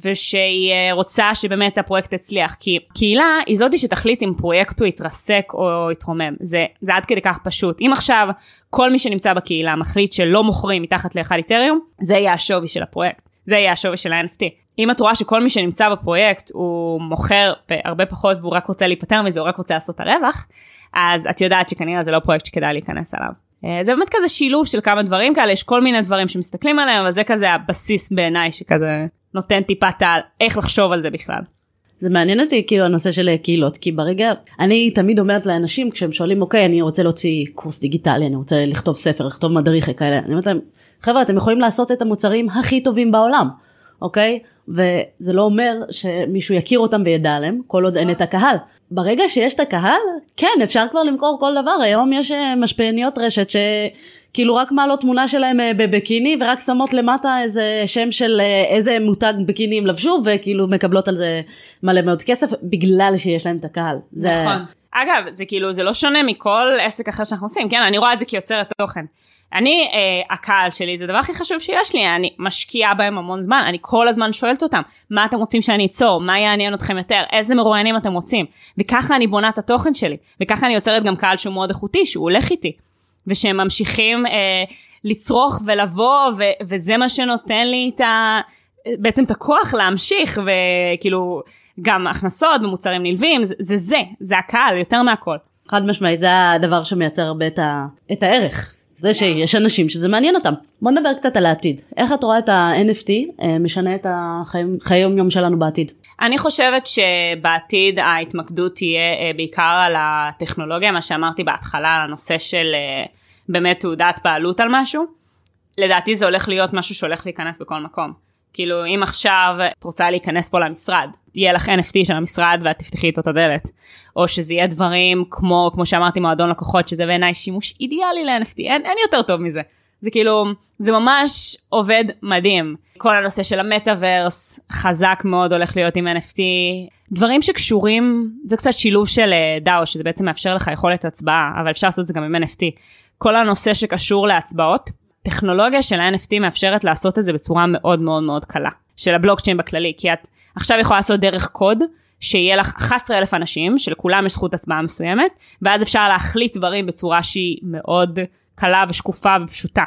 ושהיא רוצה שבאמת הפרויקט הצליח, כי קהילה היא זאתי שתחליט אם פרויקט הוא יתרסק או יתרומם, זה, זה עד כדי כך פשוט. אם עכשיו כל מי שנמצא בקהילה מחליט שלא מוכרים מתחת לאחד איתריום, זה יהיה השווי של הפרויקט, זה יהיה השווי של ה-אן אף טי. אם את רואה שכל מי שנמצא בפרויקט הוא מוכר בהרבה פחות והוא רק רוצה להיפטר מזה, הוא רק רוצה לעשות הרווח, אז את יודעת שכנראה זה לא פרויקט שכדאי להיכנס עליו. זה באמת כזה שילוב של כמה דברים כאלה, יש כל מיני דברים שמסתכלים עליהם, אבל זה כזה הבסיס בעיניי שכזה נותן טיפה על איך לחשוב על זה בכלל. זה מעניין אותי כאילו הנושא של קהילות, כי ברגע, אני תמיד אומרת לאנשים כשהם שואלים, אוקיי, אני רוצה להוציא קורס דיגיטלי, אני רוצה לכתוב ספר, לכתוב מדריך, כאלה, אני אומרת להם, חבר'ה, אתם יכולים לעשות את המוצרים הכי טובים בעולם, אוקיי? וזה לא אומר שמישהו יכיר אותם וידע עליהם, כל עוד אין את הקהל. ברגע שיש את הקהל, כן, אפשר כבר למכור כל דבר. היום יש משפיעניות רשת שכאילו רק מעלות תמונה שלהם בבקיני, ורק שמות למטה איזה שם של איזה מותג בקיני הם לבשו, וכאילו מקבלות על זה מלא מאוד כסף, בגלל שיש להם את הקהל. זה... נכון. אגב, זה כאילו, זה לא שונה מכל עסק אחר שאנחנו עושים, כן? אני רואה את זה כיוצרת תוכן. אני, אה, הקהל שלי, זה הדבר הכי חשוב שיש לי, אני משקיעה בהם המון זמן, אני כל הזמן שואלת אותם, מה אתם רוצים שאני אצור, מה יעניין אתכם יותר, איזה מרואיינים אתם רוצים, וככה אני בונה את התוכן שלי, וככה אני יוצרת גם קהל שהוא מאוד איכותי, שהוא הולך איתי, ושהם ממשיכים אה, לצרוך ולבוא, ו- וזה מה שנותן לי את ה... בעצם את הכוח להמשיך, וכאילו גם הכנסות במוצרים נלווים, זה זה, זה, זה הקהל יותר מהכל. חד משמעית, זה הדבר שמייצר הרבה את, ה- את הערך. זה שיש אנשים שזה מעניין אותם. בוא נדבר קצת על העתיד. איך את רואה את ה-אן אף טי משנה את החיי יום יום שלנו בעתיד? אני חושבת שבעתיד ההתמקדות תהיה בעיקר על הטכנולוגיה, מה שאמרתי בהתחלה, על הנושא של באמת תעודת בעלות על משהו. לדעתי זה הולך להיות משהו שהולך להיכנס בכל מקום. כאילו אם עכשיו את רוצה להיכנס פה למשרד, יהיה לך אן אף טי של המשרד ואת תפתחי את אותו דלת. או שזה יהיה דברים כמו, כמו שאמרתי, מועדון לקוחות, שזה בעיניי שימוש אידיאלי ל-אן אף טי. אין, אין יותר טוב מזה. זה כאילו, זה ממש עובד מדהים. כל הנושא של המטאברס חזק מאוד הולך להיות עם אן אף טי. דברים שקשורים, זה קצת שילוב של דאו, שזה בעצם מאפשר לך יכולת הצבעה, אבל אפשר לעשות את זה גם עם אן אף טי. כל הנושא שקשור להצבעות, טכנולוגיה של ה-אן אף טי מאפשרת לעשות את זה בצורה מאוד מאוד מאוד קלה. של הבלוקצ'יין בכללי, כי את עכשיו יכולה לעשות דרך קוד, שיהיה לך אחד עשר אלף אנשים, שלכולם יש זכות הצבעה מסוימת, ואז אפשר להחליט דברים בצורה שהיא מאוד קלה ושקופה ופשוטה.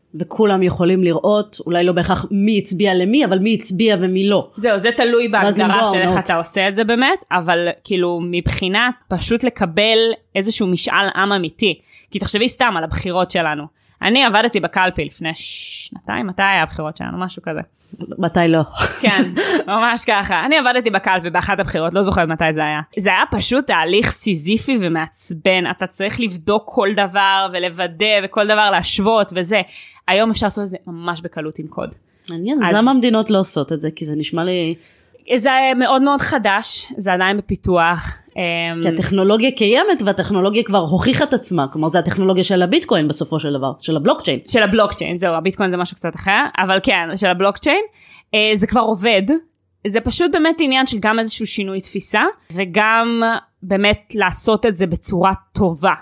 וכולם יכולים לראות, אולי לא בהכרח מי הצביע למי, אבל מי הצביע ומי לא. זהו, זה תלוי בהגדרה של איך אתה עושה את זה באמת, אבל כאילו מבחינת פשוט לקבל איזשהו משאל עם אמיתי, כי תחשבי סתם על הבחירות שלנו. אני עבדתי בקלפי לפני שנתיים, מתי היה הבחירות שלנו? משהו כזה. מתי לא? כן, ממש ככה. אני עבדתי בקלפי באחת הבחירות, לא זוכרת מתי זה היה. זה היה פשוט תהליך סיזיפי ומעצבן. אתה צריך לבדוק כל דבר ולוודא וכל דבר להשוות וזה. היום אפשר לעשות את זה ממש בקלות עם קוד. מעניין, אז למה המדינות לא עושות את זה? כי זה נשמע לי... זה מאוד מאוד חדש, זה עדיין בפיתוח. כי הטכנולוגיה קיימת, והטכנולוגיה כבר הוכיחה את עצמה, כלומר זה הטכנולוגיה של הביטקוין בסופו של דבר, של הבלוקצ'יין. של הבלוקצ'יין, זהו, הביטקוין זה משהו קצת אחר, אבל כן, של הבלוקצ'יין, זה כבר עובד, זה פשוט באמת עניין של גם איזשהו שינוי תפיסה, וגם באמת לעשות את זה בצורה טובה.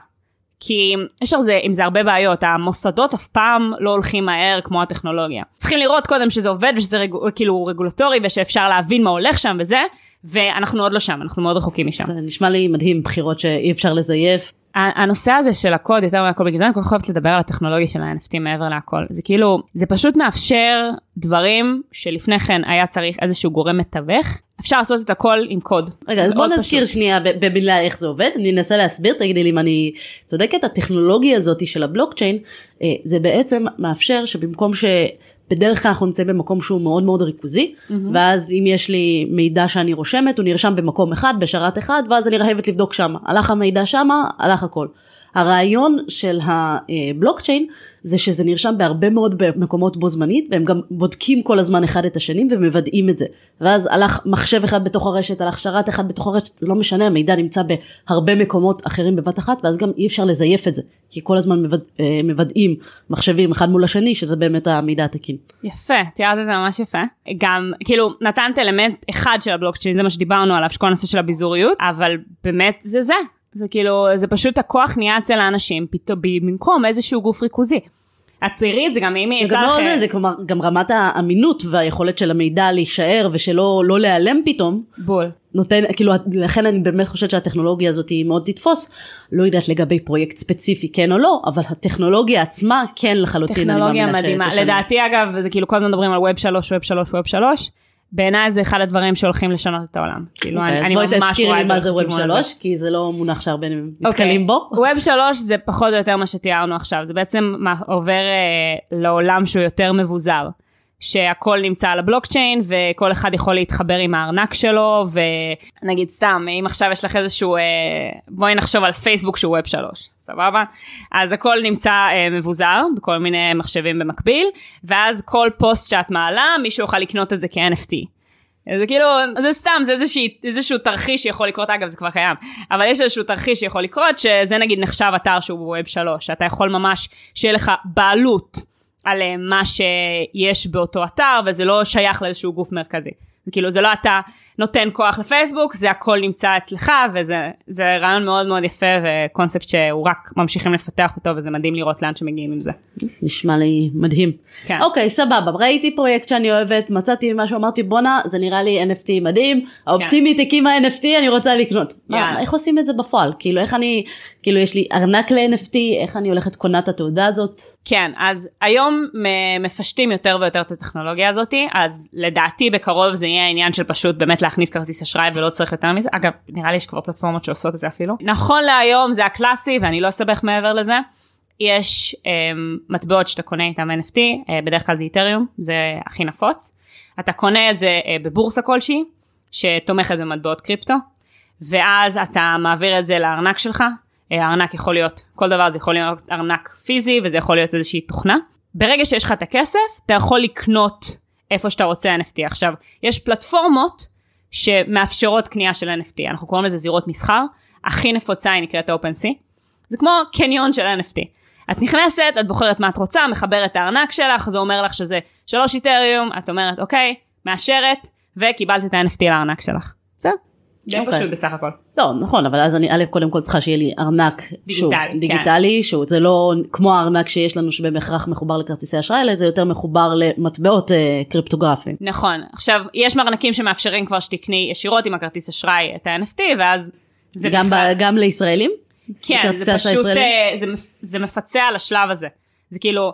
כי יש על זה, אם זה הרבה בעיות, המוסדות אף פעם לא הולכים מהר כמו הטכנולוגיה. צריכים לראות קודם שזה עובד ושזה רג... כאילו רגולטורי ושאפשר להבין מה הולך שם וזה, ואנחנו עוד לא שם, אנחנו מאוד רחוקים משם. זה נשמע לי מדהים, בחירות שאי אפשר לזייף. הנושא הזה של הקוד, יותר מהכל בגלל זה, אני כל כך אוהבת לדבר על הטכנולוגיה של ה-אן אף טי מעבר להכל. זה כאילו, זה פשוט מאפשר דברים שלפני כן היה צריך איזשהו גורם מתווך, אפשר לעשות את הכל עם קוד. רגע, אז בוא נזכיר שנייה במילה איך זה עובד, אני אנסה להסביר, תגידי לי אם אני צודקת, הטכנולוגיה הזאת של הבלוקצ'יין, זה בעצם מאפשר שבמקום שבדרך כלל אנחנו נמצאים במקום שהוא מאוד מאוד ריכוזי, ואז אם יש לי מידע שאני רושמת, הוא נרשם במקום אחד, בשרת אחד, ואז אני רהבת לבדוק שמה. הלך המידע שמה, הלך הכל. הרעיון של הבלוקצ'יין זה שזה נרשם בהרבה מאוד מקומות בו זמנית, והם גם בודקים כל הזמן אחד את השנים ומוודאים את זה. ואז הלך מחשב אחד בתוך הרשת, הלך שרת אחד בתוך הרשת, זה לא משנה, המידע נמצא בהרבה מקומות אחרים בבת אחת, ואז גם אי אפשר לזייף את זה, כי כל הזמן מווד, מוודאים מחשבים אחד מול השני, שזה באמת המידע התקין. יפה, תיארת את זה ממש יפה. גם, כאילו, נתנת אלמנט אחד של הבלוקצ'יין, זה מה שדיברנו עליו, שכל הנושא של הביזוריות, אבל באמת זה זה. זה כאילו, זה פשוט הכוח נהיה אצל האנשים, פתאום במקום איזשהו גוף ריכוזי. את תראי את זה גם אם יצא לך... זה, זה כלומר, גם רמת האמינות והיכולת של המידע להישאר ושלא לא להיעלם פתאום. בול. נותן, כאילו, לכן אני באמת חושבת שהטכנולוגיה הזאת היא מאוד תתפוס, לא יודעת לגבי פרויקט ספציפי, כן או לא, אבל הטכנולוגיה עצמה כן לחלוטין. טכנולוגיה מדהימה. לדעתי אגב, זה כאילו כל הזמן מדברים על ווב שלוש, ווב שלוש, ווב שלוש. בעיניי זה אחד הדברים שהולכים לשנות את העולם. כאילו, אני ממש רואה את זה. בואי תזכירי מה זה ווב שלוש, כי זה לא מונח שהרבה נתקלים בו. ווב שלוש זה פחות או יותר מה שתיארנו עכשיו. זה בעצם עובר לעולם שהוא יותר מבוזר. שהכל נמצא על הבלוקצ'יין, וכל אחד יכול להתחבר עם הארנק שלו, ונגיד סתם, אם עכשיו יש לך איזשהו, בואי נחשוב על פייסבוק שהוא ווב שלוש, סבבה? אז הכל נמצא מבוזר, בכל מיני מחשבים במקביל, ואז כל פוסט שאת מעלה, מישהו יוכל לקנות את זה כ-אן אף טי. זה כאילו, זה סתם, זה איזשהו, איזשהו תרחיש שיכול לקרות, אגב זה כבר קיים, אבל יש איזשהו תרחיש שיכול לקרות, שזה נגיד נחשב אתר שהוא ווב שלוש, שאתה יכול ממש שיהיה לך בעלות, על מה שיש באותו אתר, וזה לא שייך לאיזשהו גוף מרכזי. כאילו, זה לא אתה נותן כוח לפייסבוק, זה הכל נמצא אצלך, וזה זה רעיון מאוד מאוד יפה, וקונספט שהוא רק ממשיכים לפתח אותו, וזה מדהים לראות לאן שמגיעים עם זה. נשמע לי מדהים. כן. אוקיי, סבבה, ראיתי פרויקט שאני אוהבת, מצאתי משהו, אמרתי, בונה, זה נראה לי אן אף טי מדהים, האופטימית הקימה אן אף טי, אני רוצה לקנות. מה, איך עושים את זה בפועל? כאילו, איך אני, כאילו, יש לי ארנק ל-אן אף טי, איך אני הולכת קונה את התעודה הזאת? כן, אז היום מפשטים יותר ויותר את הטכנולוגיה הזאת, אז לדעתי בקרוב זה יהיה העניין של פשוט באמת להכניס כרטיס אשראי ולא צריך יותר מזה. אגב, נראה לי שכבר פלטפורמות שעושות את זה אפילו. נכון להיום זה הקלאסי, ואני לא אסבך מעבר לזה. יש אמ, מטבעות שאתה קונה איתם אן אף טי, אה, בדרך כלל זה איתריום, זה הכי נפוץ. אתה קונה את זה אה, בבורסה כלשהי, שתומכת במטבעות קריפטו, ואז אתה מעביר את זה לארנק שלך. אה, הארנק יכול להיות, כל דבר זה יכול להיות ארנק פיזי, וזה יכול להיות איזושהי תוכנה. ברגע שיש לך את הכסף, אתה יכול לקנות איפה שאתה רוצה אן אף טי. עכשיו, יש פלטפורמות שמאפשרות קנייה של אן אף טי. אנחנו קוראים לזה זירות מסחר. הכי נפוצה היא נקראת OpenSea. זה כמו קניון של אן אף טי. את נכנסת, את בוחרת מה את רוצה, מחברת את הארנק שלך, זה אומר לך שזה שלוש איתריום, את אומרת, אוקיי, מאשרת, וקיבלת את ה-אן אף טי לארנק שלך. זה? זה פשוט בסך הכל. לא, נכון, אבל אז אני, א', קודם כל צריכה שיהיה לי ארנק דיגיטלי, שהוא זה לא כמו הארנק שיש לנו שבמכרח מחובר לכרטיסי אשראי, אלא זה יותר מחובר למטבעות קריפטוגרפיים. נכון. עכשיו, יש ארנקים שמאפשרים כבר שתקני ישירות עם הכרטיס אשראי את ה-אן אף טי, ואז זה בכלל... גם לישראלים? כן, זה פשוט, זה מפצה על השלב הזה. זה כאילו,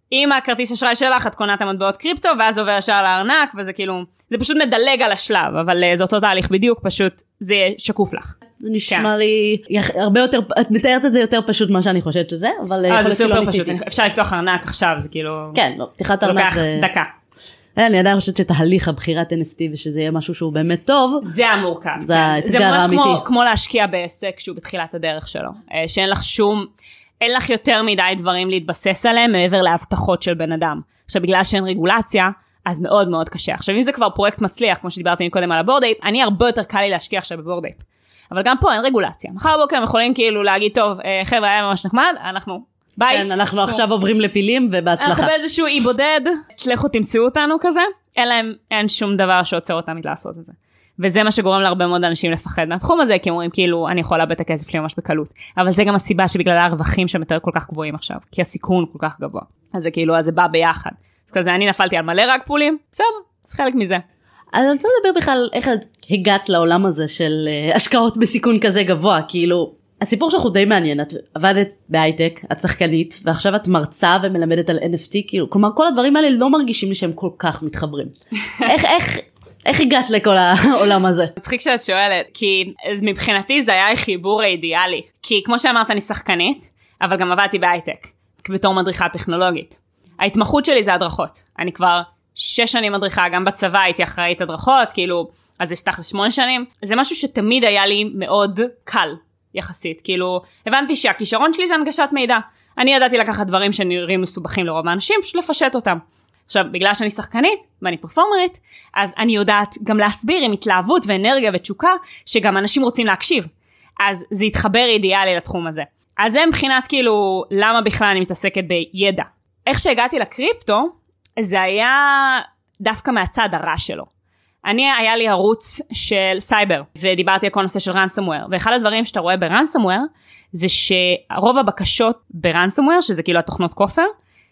עם הכרטיס אשראי שלך, את קונה את המטבעות קריפטו, ואז עובר ישר לארנק, וזה כאילו, זה פשוט מדלג על השלב, אבל זה אותו תהליך בדיוק, פשוט זה שקוף לך. זה נשמע לי, הרבה יותר, את מתארת את זה יותר פשוט מה שאני חושבת שזה, אבל זה סופר פשוט, אפשר לפתוח ארנק עכשיו, זה כאילו, כן, לא, פתיחת ארנק זה... לוקח דקה. אני עדיין חושבת שתהליך הבחירת אן אף טי ושזה יהיה משהו שהוא באמת טוב. זה המורכב. זה האתגר האמיתי. זה ממש כמו, כמו להשקיע בעסק שהוא בתחילת הדרך שלו. שאין לך שום, אין לך יותר מדי דברים להתבסס עליהם מעבר להבטחות של בן אדם. עכשיו בגלל שאין רגולציה, אז מאוד מאוד קשה. עכשיו אם זה כבר פרויקט מצליח, כמו שדיברתי קודם על הבורד אייפ, אני הרבה יותר קל לי להשקיע עכשיו בבורד אייפ. אבל גם פה אין רגולציה. מחר בוקר הם יכולים כאילו להגיד, טוב, חבר'ה, היה ממש נחמד, אנחנו ביי. כן, אנחנו עכשיו עוברים לפילים ובהצלחה. אנחנו באיזשהו אי בודד, תלכו תמצאו אותנו כזה, אין להם, אין שום דבר שעוצר אותם מלעשות את זה. וזה מה שגורם להרבה מאוד אנשים לפחד מהתחום הזה, כי הם אומרים כאילו, אני יכולה לאבד את הכסף שלי ממש בקלות. אבל זה גם הסיבה שבגלל הרווחים שם יותר כל כך גבוהים עכשיו, כי הסיכון כל כך גבוה. אז זה כאילו, אז זה בא ביחד. אז כזה, אני נפלתי על מלא רק פולים, בסדר, זה חלק מזה. אז אני רוצה לדבר בכלל איך הגעת לעולם הזה של השקעות בסיכון כזה גבוה, כאילו, הסיפור שלך הוא די מעניין, את עבדת בהייטק, את שחקנית, ועכשיו את מרצה ומלמדת על אן אף טי, כאילו, כלומר, כל הדברים האלה לא מרגישים לי שהם כל כך מתחברים. איך, איך, איך הגעת לכל העולם הזה? מצחיק שאת שואלת, כי מבחינתי זה היה החיבור האידיאלי, כי כמו שאמרת, אני שחקנית, אבל גם עבדתי בהייטק, בתור מדריכה טכנולוגית. ההתמחות שלי זה הדרכות. אני כבר שש שנים מדריכה, גם בצבא הייתי אחראית הדרכות, כאילו, אז יש תכל'ס שמונה שנים. זה משהו שתמיד היה לי מאוד קל. יחסית, כאילו, הבנתי שהכישרון שלי זה הנגשת מידע. אני ידעתי לקחת דברים שנראים מסובכים לרוב האנשים, פשוט לפשט אותם. עכשיו, בגלל שאני שחקנית, ואני פרפורמרית, אז אני יודעת גם להסביר עם התלהבות ואנרגיה ותשוקה, שגם אנשים רוצים להקשיב. אז זה יתחבר אידיאלי לתחום הזה. אז זה מבחינת, כאילו, למה בכלל אני מתעסקת בידע. איך שהגעתי לקריפטו, זה היה דווקא מהצד הרע שלו. אני, היה לי ערוץ של סייבר, ודיברתי על כל נושא של ransomware, ואחד הדברים שאתה רואה ב-ransomware, זה שרוב הבקשות ב-ransomware, שזה כאילו התוכנות כופר,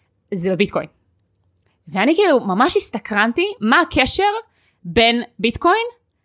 זה בביטקוין. ואני כאילו ממש הסתקרנתי, מה הקשר בין ביטקוין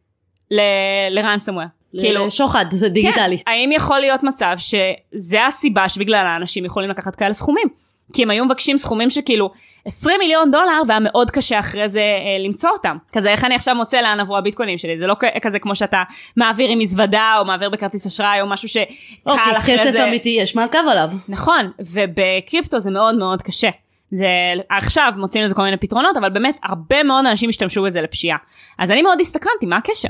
ל-ransomware. כאילו, שוחד, זה דיגיטלי. כן, האם יכול להיות מצב שזה הסיבה שבגלל האנשים יכולים לקחת כאלה סכומים? כי הם היו מבקשים סכומים שכאילו עשרים מיליון דולר, והיה מאוד קשה אחרי זה אה, למצוא אותם. כזה, איך אני עכשיו מוצא לאן עברו הביטקוינים שלי? זה לא כזה כמו שאתה מעביר עם מזוודה, או מעביר בכרטיס אשראי, או משהו שקל אוקיי, אחרי זה. כסף אמיתי, יש מעקב עליו. נכון, ובקריפטו זה מאוד מאוד קשה. זה, עכשיו מוצאים לזה כל מיני פתרונות, אבל באמת הרבה מאוד אנשים השתמשו בזה לפשיעה. אז אני מאוד הסתקרנתי, מה הקשר?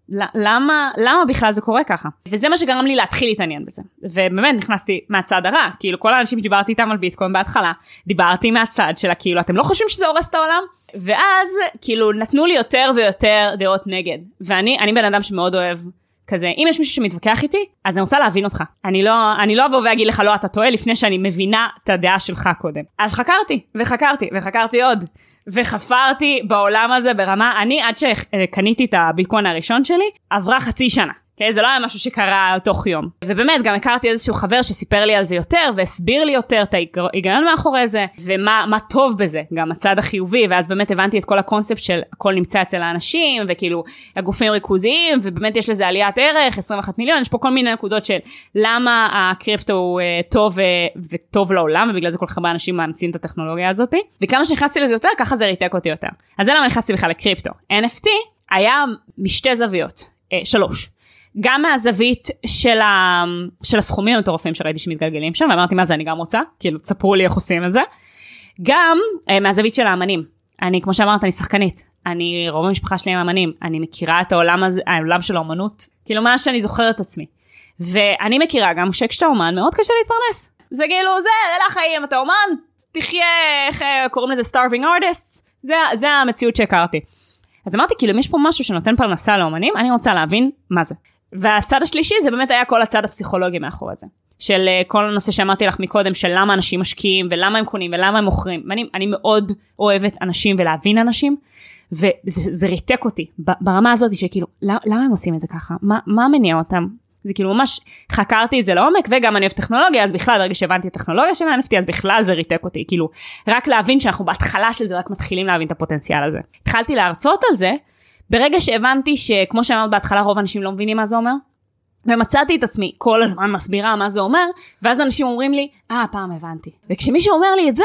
למה, למה בכלל זה קורה ככה? וזה מה שגרם לי להתחיל להתעניין בזה. ובאמת נכנסתי מהצד הרע, כאילו כל האנשים שדיברתי איתם על ביטקוין בהתחלה, דיברתי מהצד שלה, כאילו אתם לא חושבים שזה הורס את העולם? ואז כאילו נתנו לי יותר ויותר דעות נגד. ואני, אני בן אדם שמאוד אוהב כזה, אם יש מישהו שמתווכח איתי, אז אני רוצה להבין אותך. אני לא, אני לא אבוא ואגיד לך לא, אתה טועה, לפני שאני מבינה את הדעה שלך קודם. אז חקרתי, וחקרתי, וחקרתי עוד. וחפרתי בעולם הזה ברמה, אני עד שקניתי את הביטקוין הראשון שלי, עברה חצי שנה. Okay? זה לא היה משהו שקרה תוך יום. ובאמת גם הכרתי איזשהו חבר שסיפר לי על זה יותר, והסביר לי יותר את ההיגיון מאחורי זה, ומה מה טוב בזה, גם הצד החיובי, ואז באמת הבנתי את כל הקונספט של הכל נמצא אצל האנשים, וכאילו הגופים ריכוזיים, ובאמת יש לזה עליית ערך, עשרים ואחד מיליון, יש פה כל מיני נקודות של למה הקריפטו הוא טוב וטוב לעולם, ובגלל זה כל כך הרבה אנשים מאמצים את הטכנולוגיה הזאת, וכמה שנכנסתי לזה יותר, ככה זה ריתק אותי יותר. אז זה למה נכנסתי בכלל לקריפטו. אן אף טי היה משתי זוויות, שלוש. גם מהזווית של, ה... של הסכומים המטורפים שראיתי שמתגלגלים שם, ואמרתי מה זה אני גם רוצה, כאילו תספרו לי איך עושים את זה. גם אה, מהזווית של האמנים. אני, כמו שאמרת, אני שחקנית. אני, רוב המשפחה שלי עם אמנים. אני מכירה את העולם הזה, העולם של האמנות, כאילו מה שאני זוכרת את עצמי. ואני מכירה גם שכשאתה אומן, מאוד קשה להתפרנס. זה כאילו, זה, אלה החיים, אתה אומן, תחיה, איך קוראים לזה starving artists, זה, זה המציאות שהכרתי. אז אמרתי, כאילו, אם יש פה משהו שנותן פרנסה לאמנים, אני רוצה להבין מה זה. והצד השלישי זה באמת היה כל הצד הפסיכולוגי מאחורי זה. של כל הנושא שאמרתי לך מקודם, של למה אנשים משקיעים, ולמה הם קונים, ולמה הם מוכרים. ואני אני מאוד אוהבת אנשים ולהבין אנשים, וזה זה ריתק אותי ברמה הזאת שכאילו, למה הם עושים את זה ככה? מה, מה מניע אותם? זה כאילו ממש חקרתי את זה לעומק, וגם אני אוהב טכנולוגיה, אז בכלל ברגע שהבנתי את הטכנולוגיה של ה-אן אף טי, אז בכלל זה ריתק אותי, כאילו, רק להבין שאנחנו בהתחלה של זה, רק מתחילים להבין את הפוטנציאל הזה. התחלתי להרצות על זה, ברגע שהבנתי שכמו שאמרת בהתחלה, רוב האנשים לא מבינים מה זה אומר, ומצאתי את עצמי כל הזמן מסבירה מה זה אומר, ואז אנשים אומרים לי, אה, פעם הבנתי. וכשמישהו אומר לי את זה,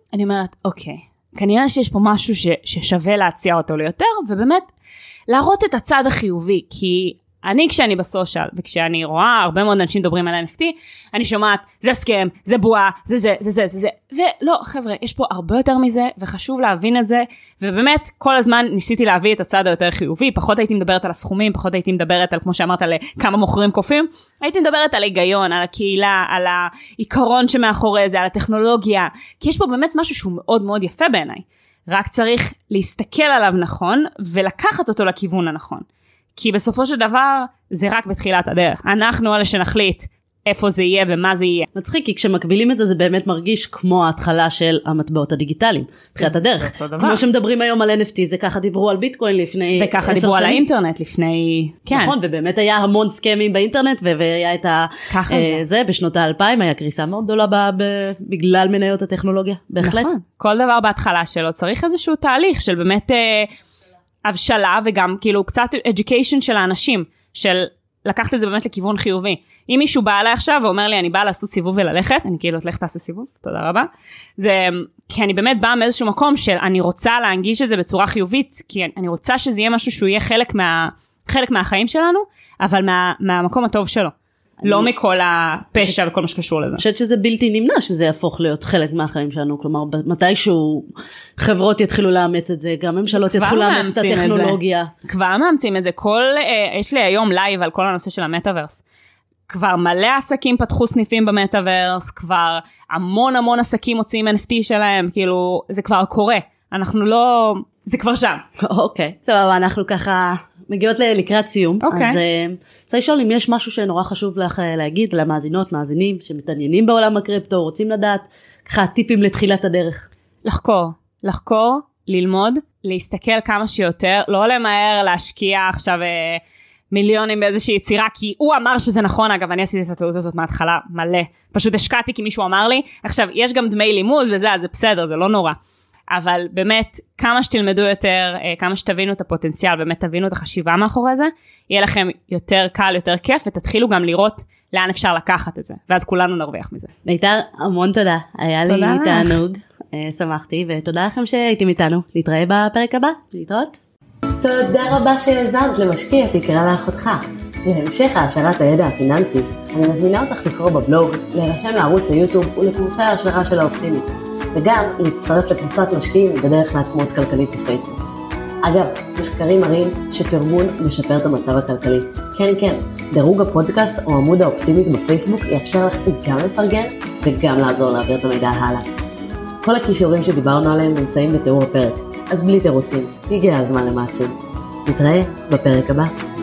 אני אומרת, אוקיי, כנראה שיש פה משהו ש, ששווה להציע אותו ליותר, ובאמת להראות את הצד החיובי, כי אני כשאני בסושיאל, וכשאני רואה הרבה מאוד אנשים מדברים על אן אף טי, אני שומעת, זה סכם, זה בועה, זה זה, זה זה, זה זה, ולא, חבר'ה, יש פה הרבה יותר מזה, וחשוב להבין את זה, ובאמת, כל הזמן ניסיתי להביא את הצד היותר חיובי, פחות הייתי מדברת על הסכומים, פחות הייתי מדברת על, כמו שאמרת, על כמה מוכרים קופים, הייתי מדברת על היגיון, על הקהילה, על העיקרון שמאחורי זה, על הטכנולוגיה, כי יש פה באמת משהו שהוא מאוד מאוד יפה בעיניי, רק צריך להסתכל עליו נכון, ולקחת אותו לכיוון הנכון. כי בסופו של דבר, זה רק בתחילת הדרך. אנחנו אלה שנחליט איפה זה יהיה ומה זה יהיה. מצחיק, כי כשמקבילים את זה, זה באמת מרגיש כמו ההתחלה של המטבעות הדיגיטליים. תחילת הדרך. כמו שמדברים היום על אן אף טי, זה ככה דיברו על ביטקוין לפני עשר שנים. וככה דיברו על האינטרנט לפני, כן. נכון, ובאמת היה המון סקמים באינטרנט, והיה את ה... ככה זה. זה, בשנות האלפיים, היה קריסה מאוד גדולה בגלל מניות הטכנולוגיה. בהחלט. נכון. כל דבר בהתחלה שלו צריך איזשהו תהליך של באמת... הבשלה וגם כאילו קצת education של האנשים, של לקחת את זה באמת לכיוון חיובי. אם מישהו בא אליי עכשיו ואומר לי, אני באה לעשות סיבוב וללכת, אני כאילו, תלך תעשה סיבוב, תודה רבה. זה, כי אני באמת באה מאיזשהו מקום של, אני רוצה להנגיש את זה בצורה חיובית, כי אני רוצה שזה יהיה משהו שהוא יהיה חלק מה, חלק מהחיים שלנו, אבל מה, מהמקום הטוב שלו. לא מכל הפשע וכל מה שקשור לזה. אני חושבת שזה בלתי נמנע שזה יהפוך להיות חלק מהחיים שלנו, כלומר מתישהו חברות יתחילו לאמץ את זה, גם ממשלות יתחילו לאמץ את הטכנולוגיה. כבר מאמצים את זה, כל, יש לי היום לייב על כל הנושא של המטאברס, כבר מלא עסקים פתחו סניפים במטאברס, כבר המון המון עסקים מוציאים אן אף טי שלהם, כאילו זה כבר קורה, אנחנו לא, זה כבר שם. אוקיי, טוב, אנחנו ככה... מגיעות לקראת סיום, okay. אז uh, רוצה לשאול אם יש משהו שנורא חשוב לך להגיד למאזינות, מאזינים שמתעניינים בעולם הקריפטו, רוצים לדעת, ככה טיפים לתחילת הדרך. לחקור, לחקור, ללמוד, להסתכל כמה שיותר, לא למהר להשקיע עכשיו uh, מיליונים באיזושהי יצירה, כי הוא אמר שזה נכון, אגב אני עשיתי את הטעות הזאת מההתחלה מלא, פשוט השקעתי כי מישהו אמר לי, עכשיו יש גם דמי לימוד וזה, אז זה בסדר, זה לא נורא. אבל באמת, כמה שתלמדו יותר, כמה שתבינו את הפוטנציאל, באמת תבינו את החשיבה מאחורי זה, יהיה לכם יותר קל, יותר כיף, ותתחילו גם לראות לאן אפשר לקחת את זה, ואז כולנו נרוויח מזה. מיתר, המון תודה, היה לי תענוג, שמחתי, ותודה לכם שהייתם איתנו, נתראה בפרק הבא, להתראות. תודה רבה שהאזנת למשקיע תקרא לאחותך. להמשך העשרת הידע הפיננסי, אני מזמינה אותך לקרוא בבלוג, להירשם לערוץ היוטיוב ולקורסי ההשערה של האופטימית. וגם להצטרף לקבוצת משקיעים בדרך לעצמאות כלכלית בפייסבוק. אגב, מחקרים מראים שפרגון משפר את המצב הכלכלי. כן, כן, דירוג הפודקאסט או עמוד האופטימית בפייסבוק יאפשר לך גם לפרגן וגם לעזור להעביר את המידע הלאה. כל הכישורים שדיברנו עליהם נמצאים בתיאור הפרק, אז בלי תירוצים, הגיע הזמן למעשים. נתראה בפרק הבא.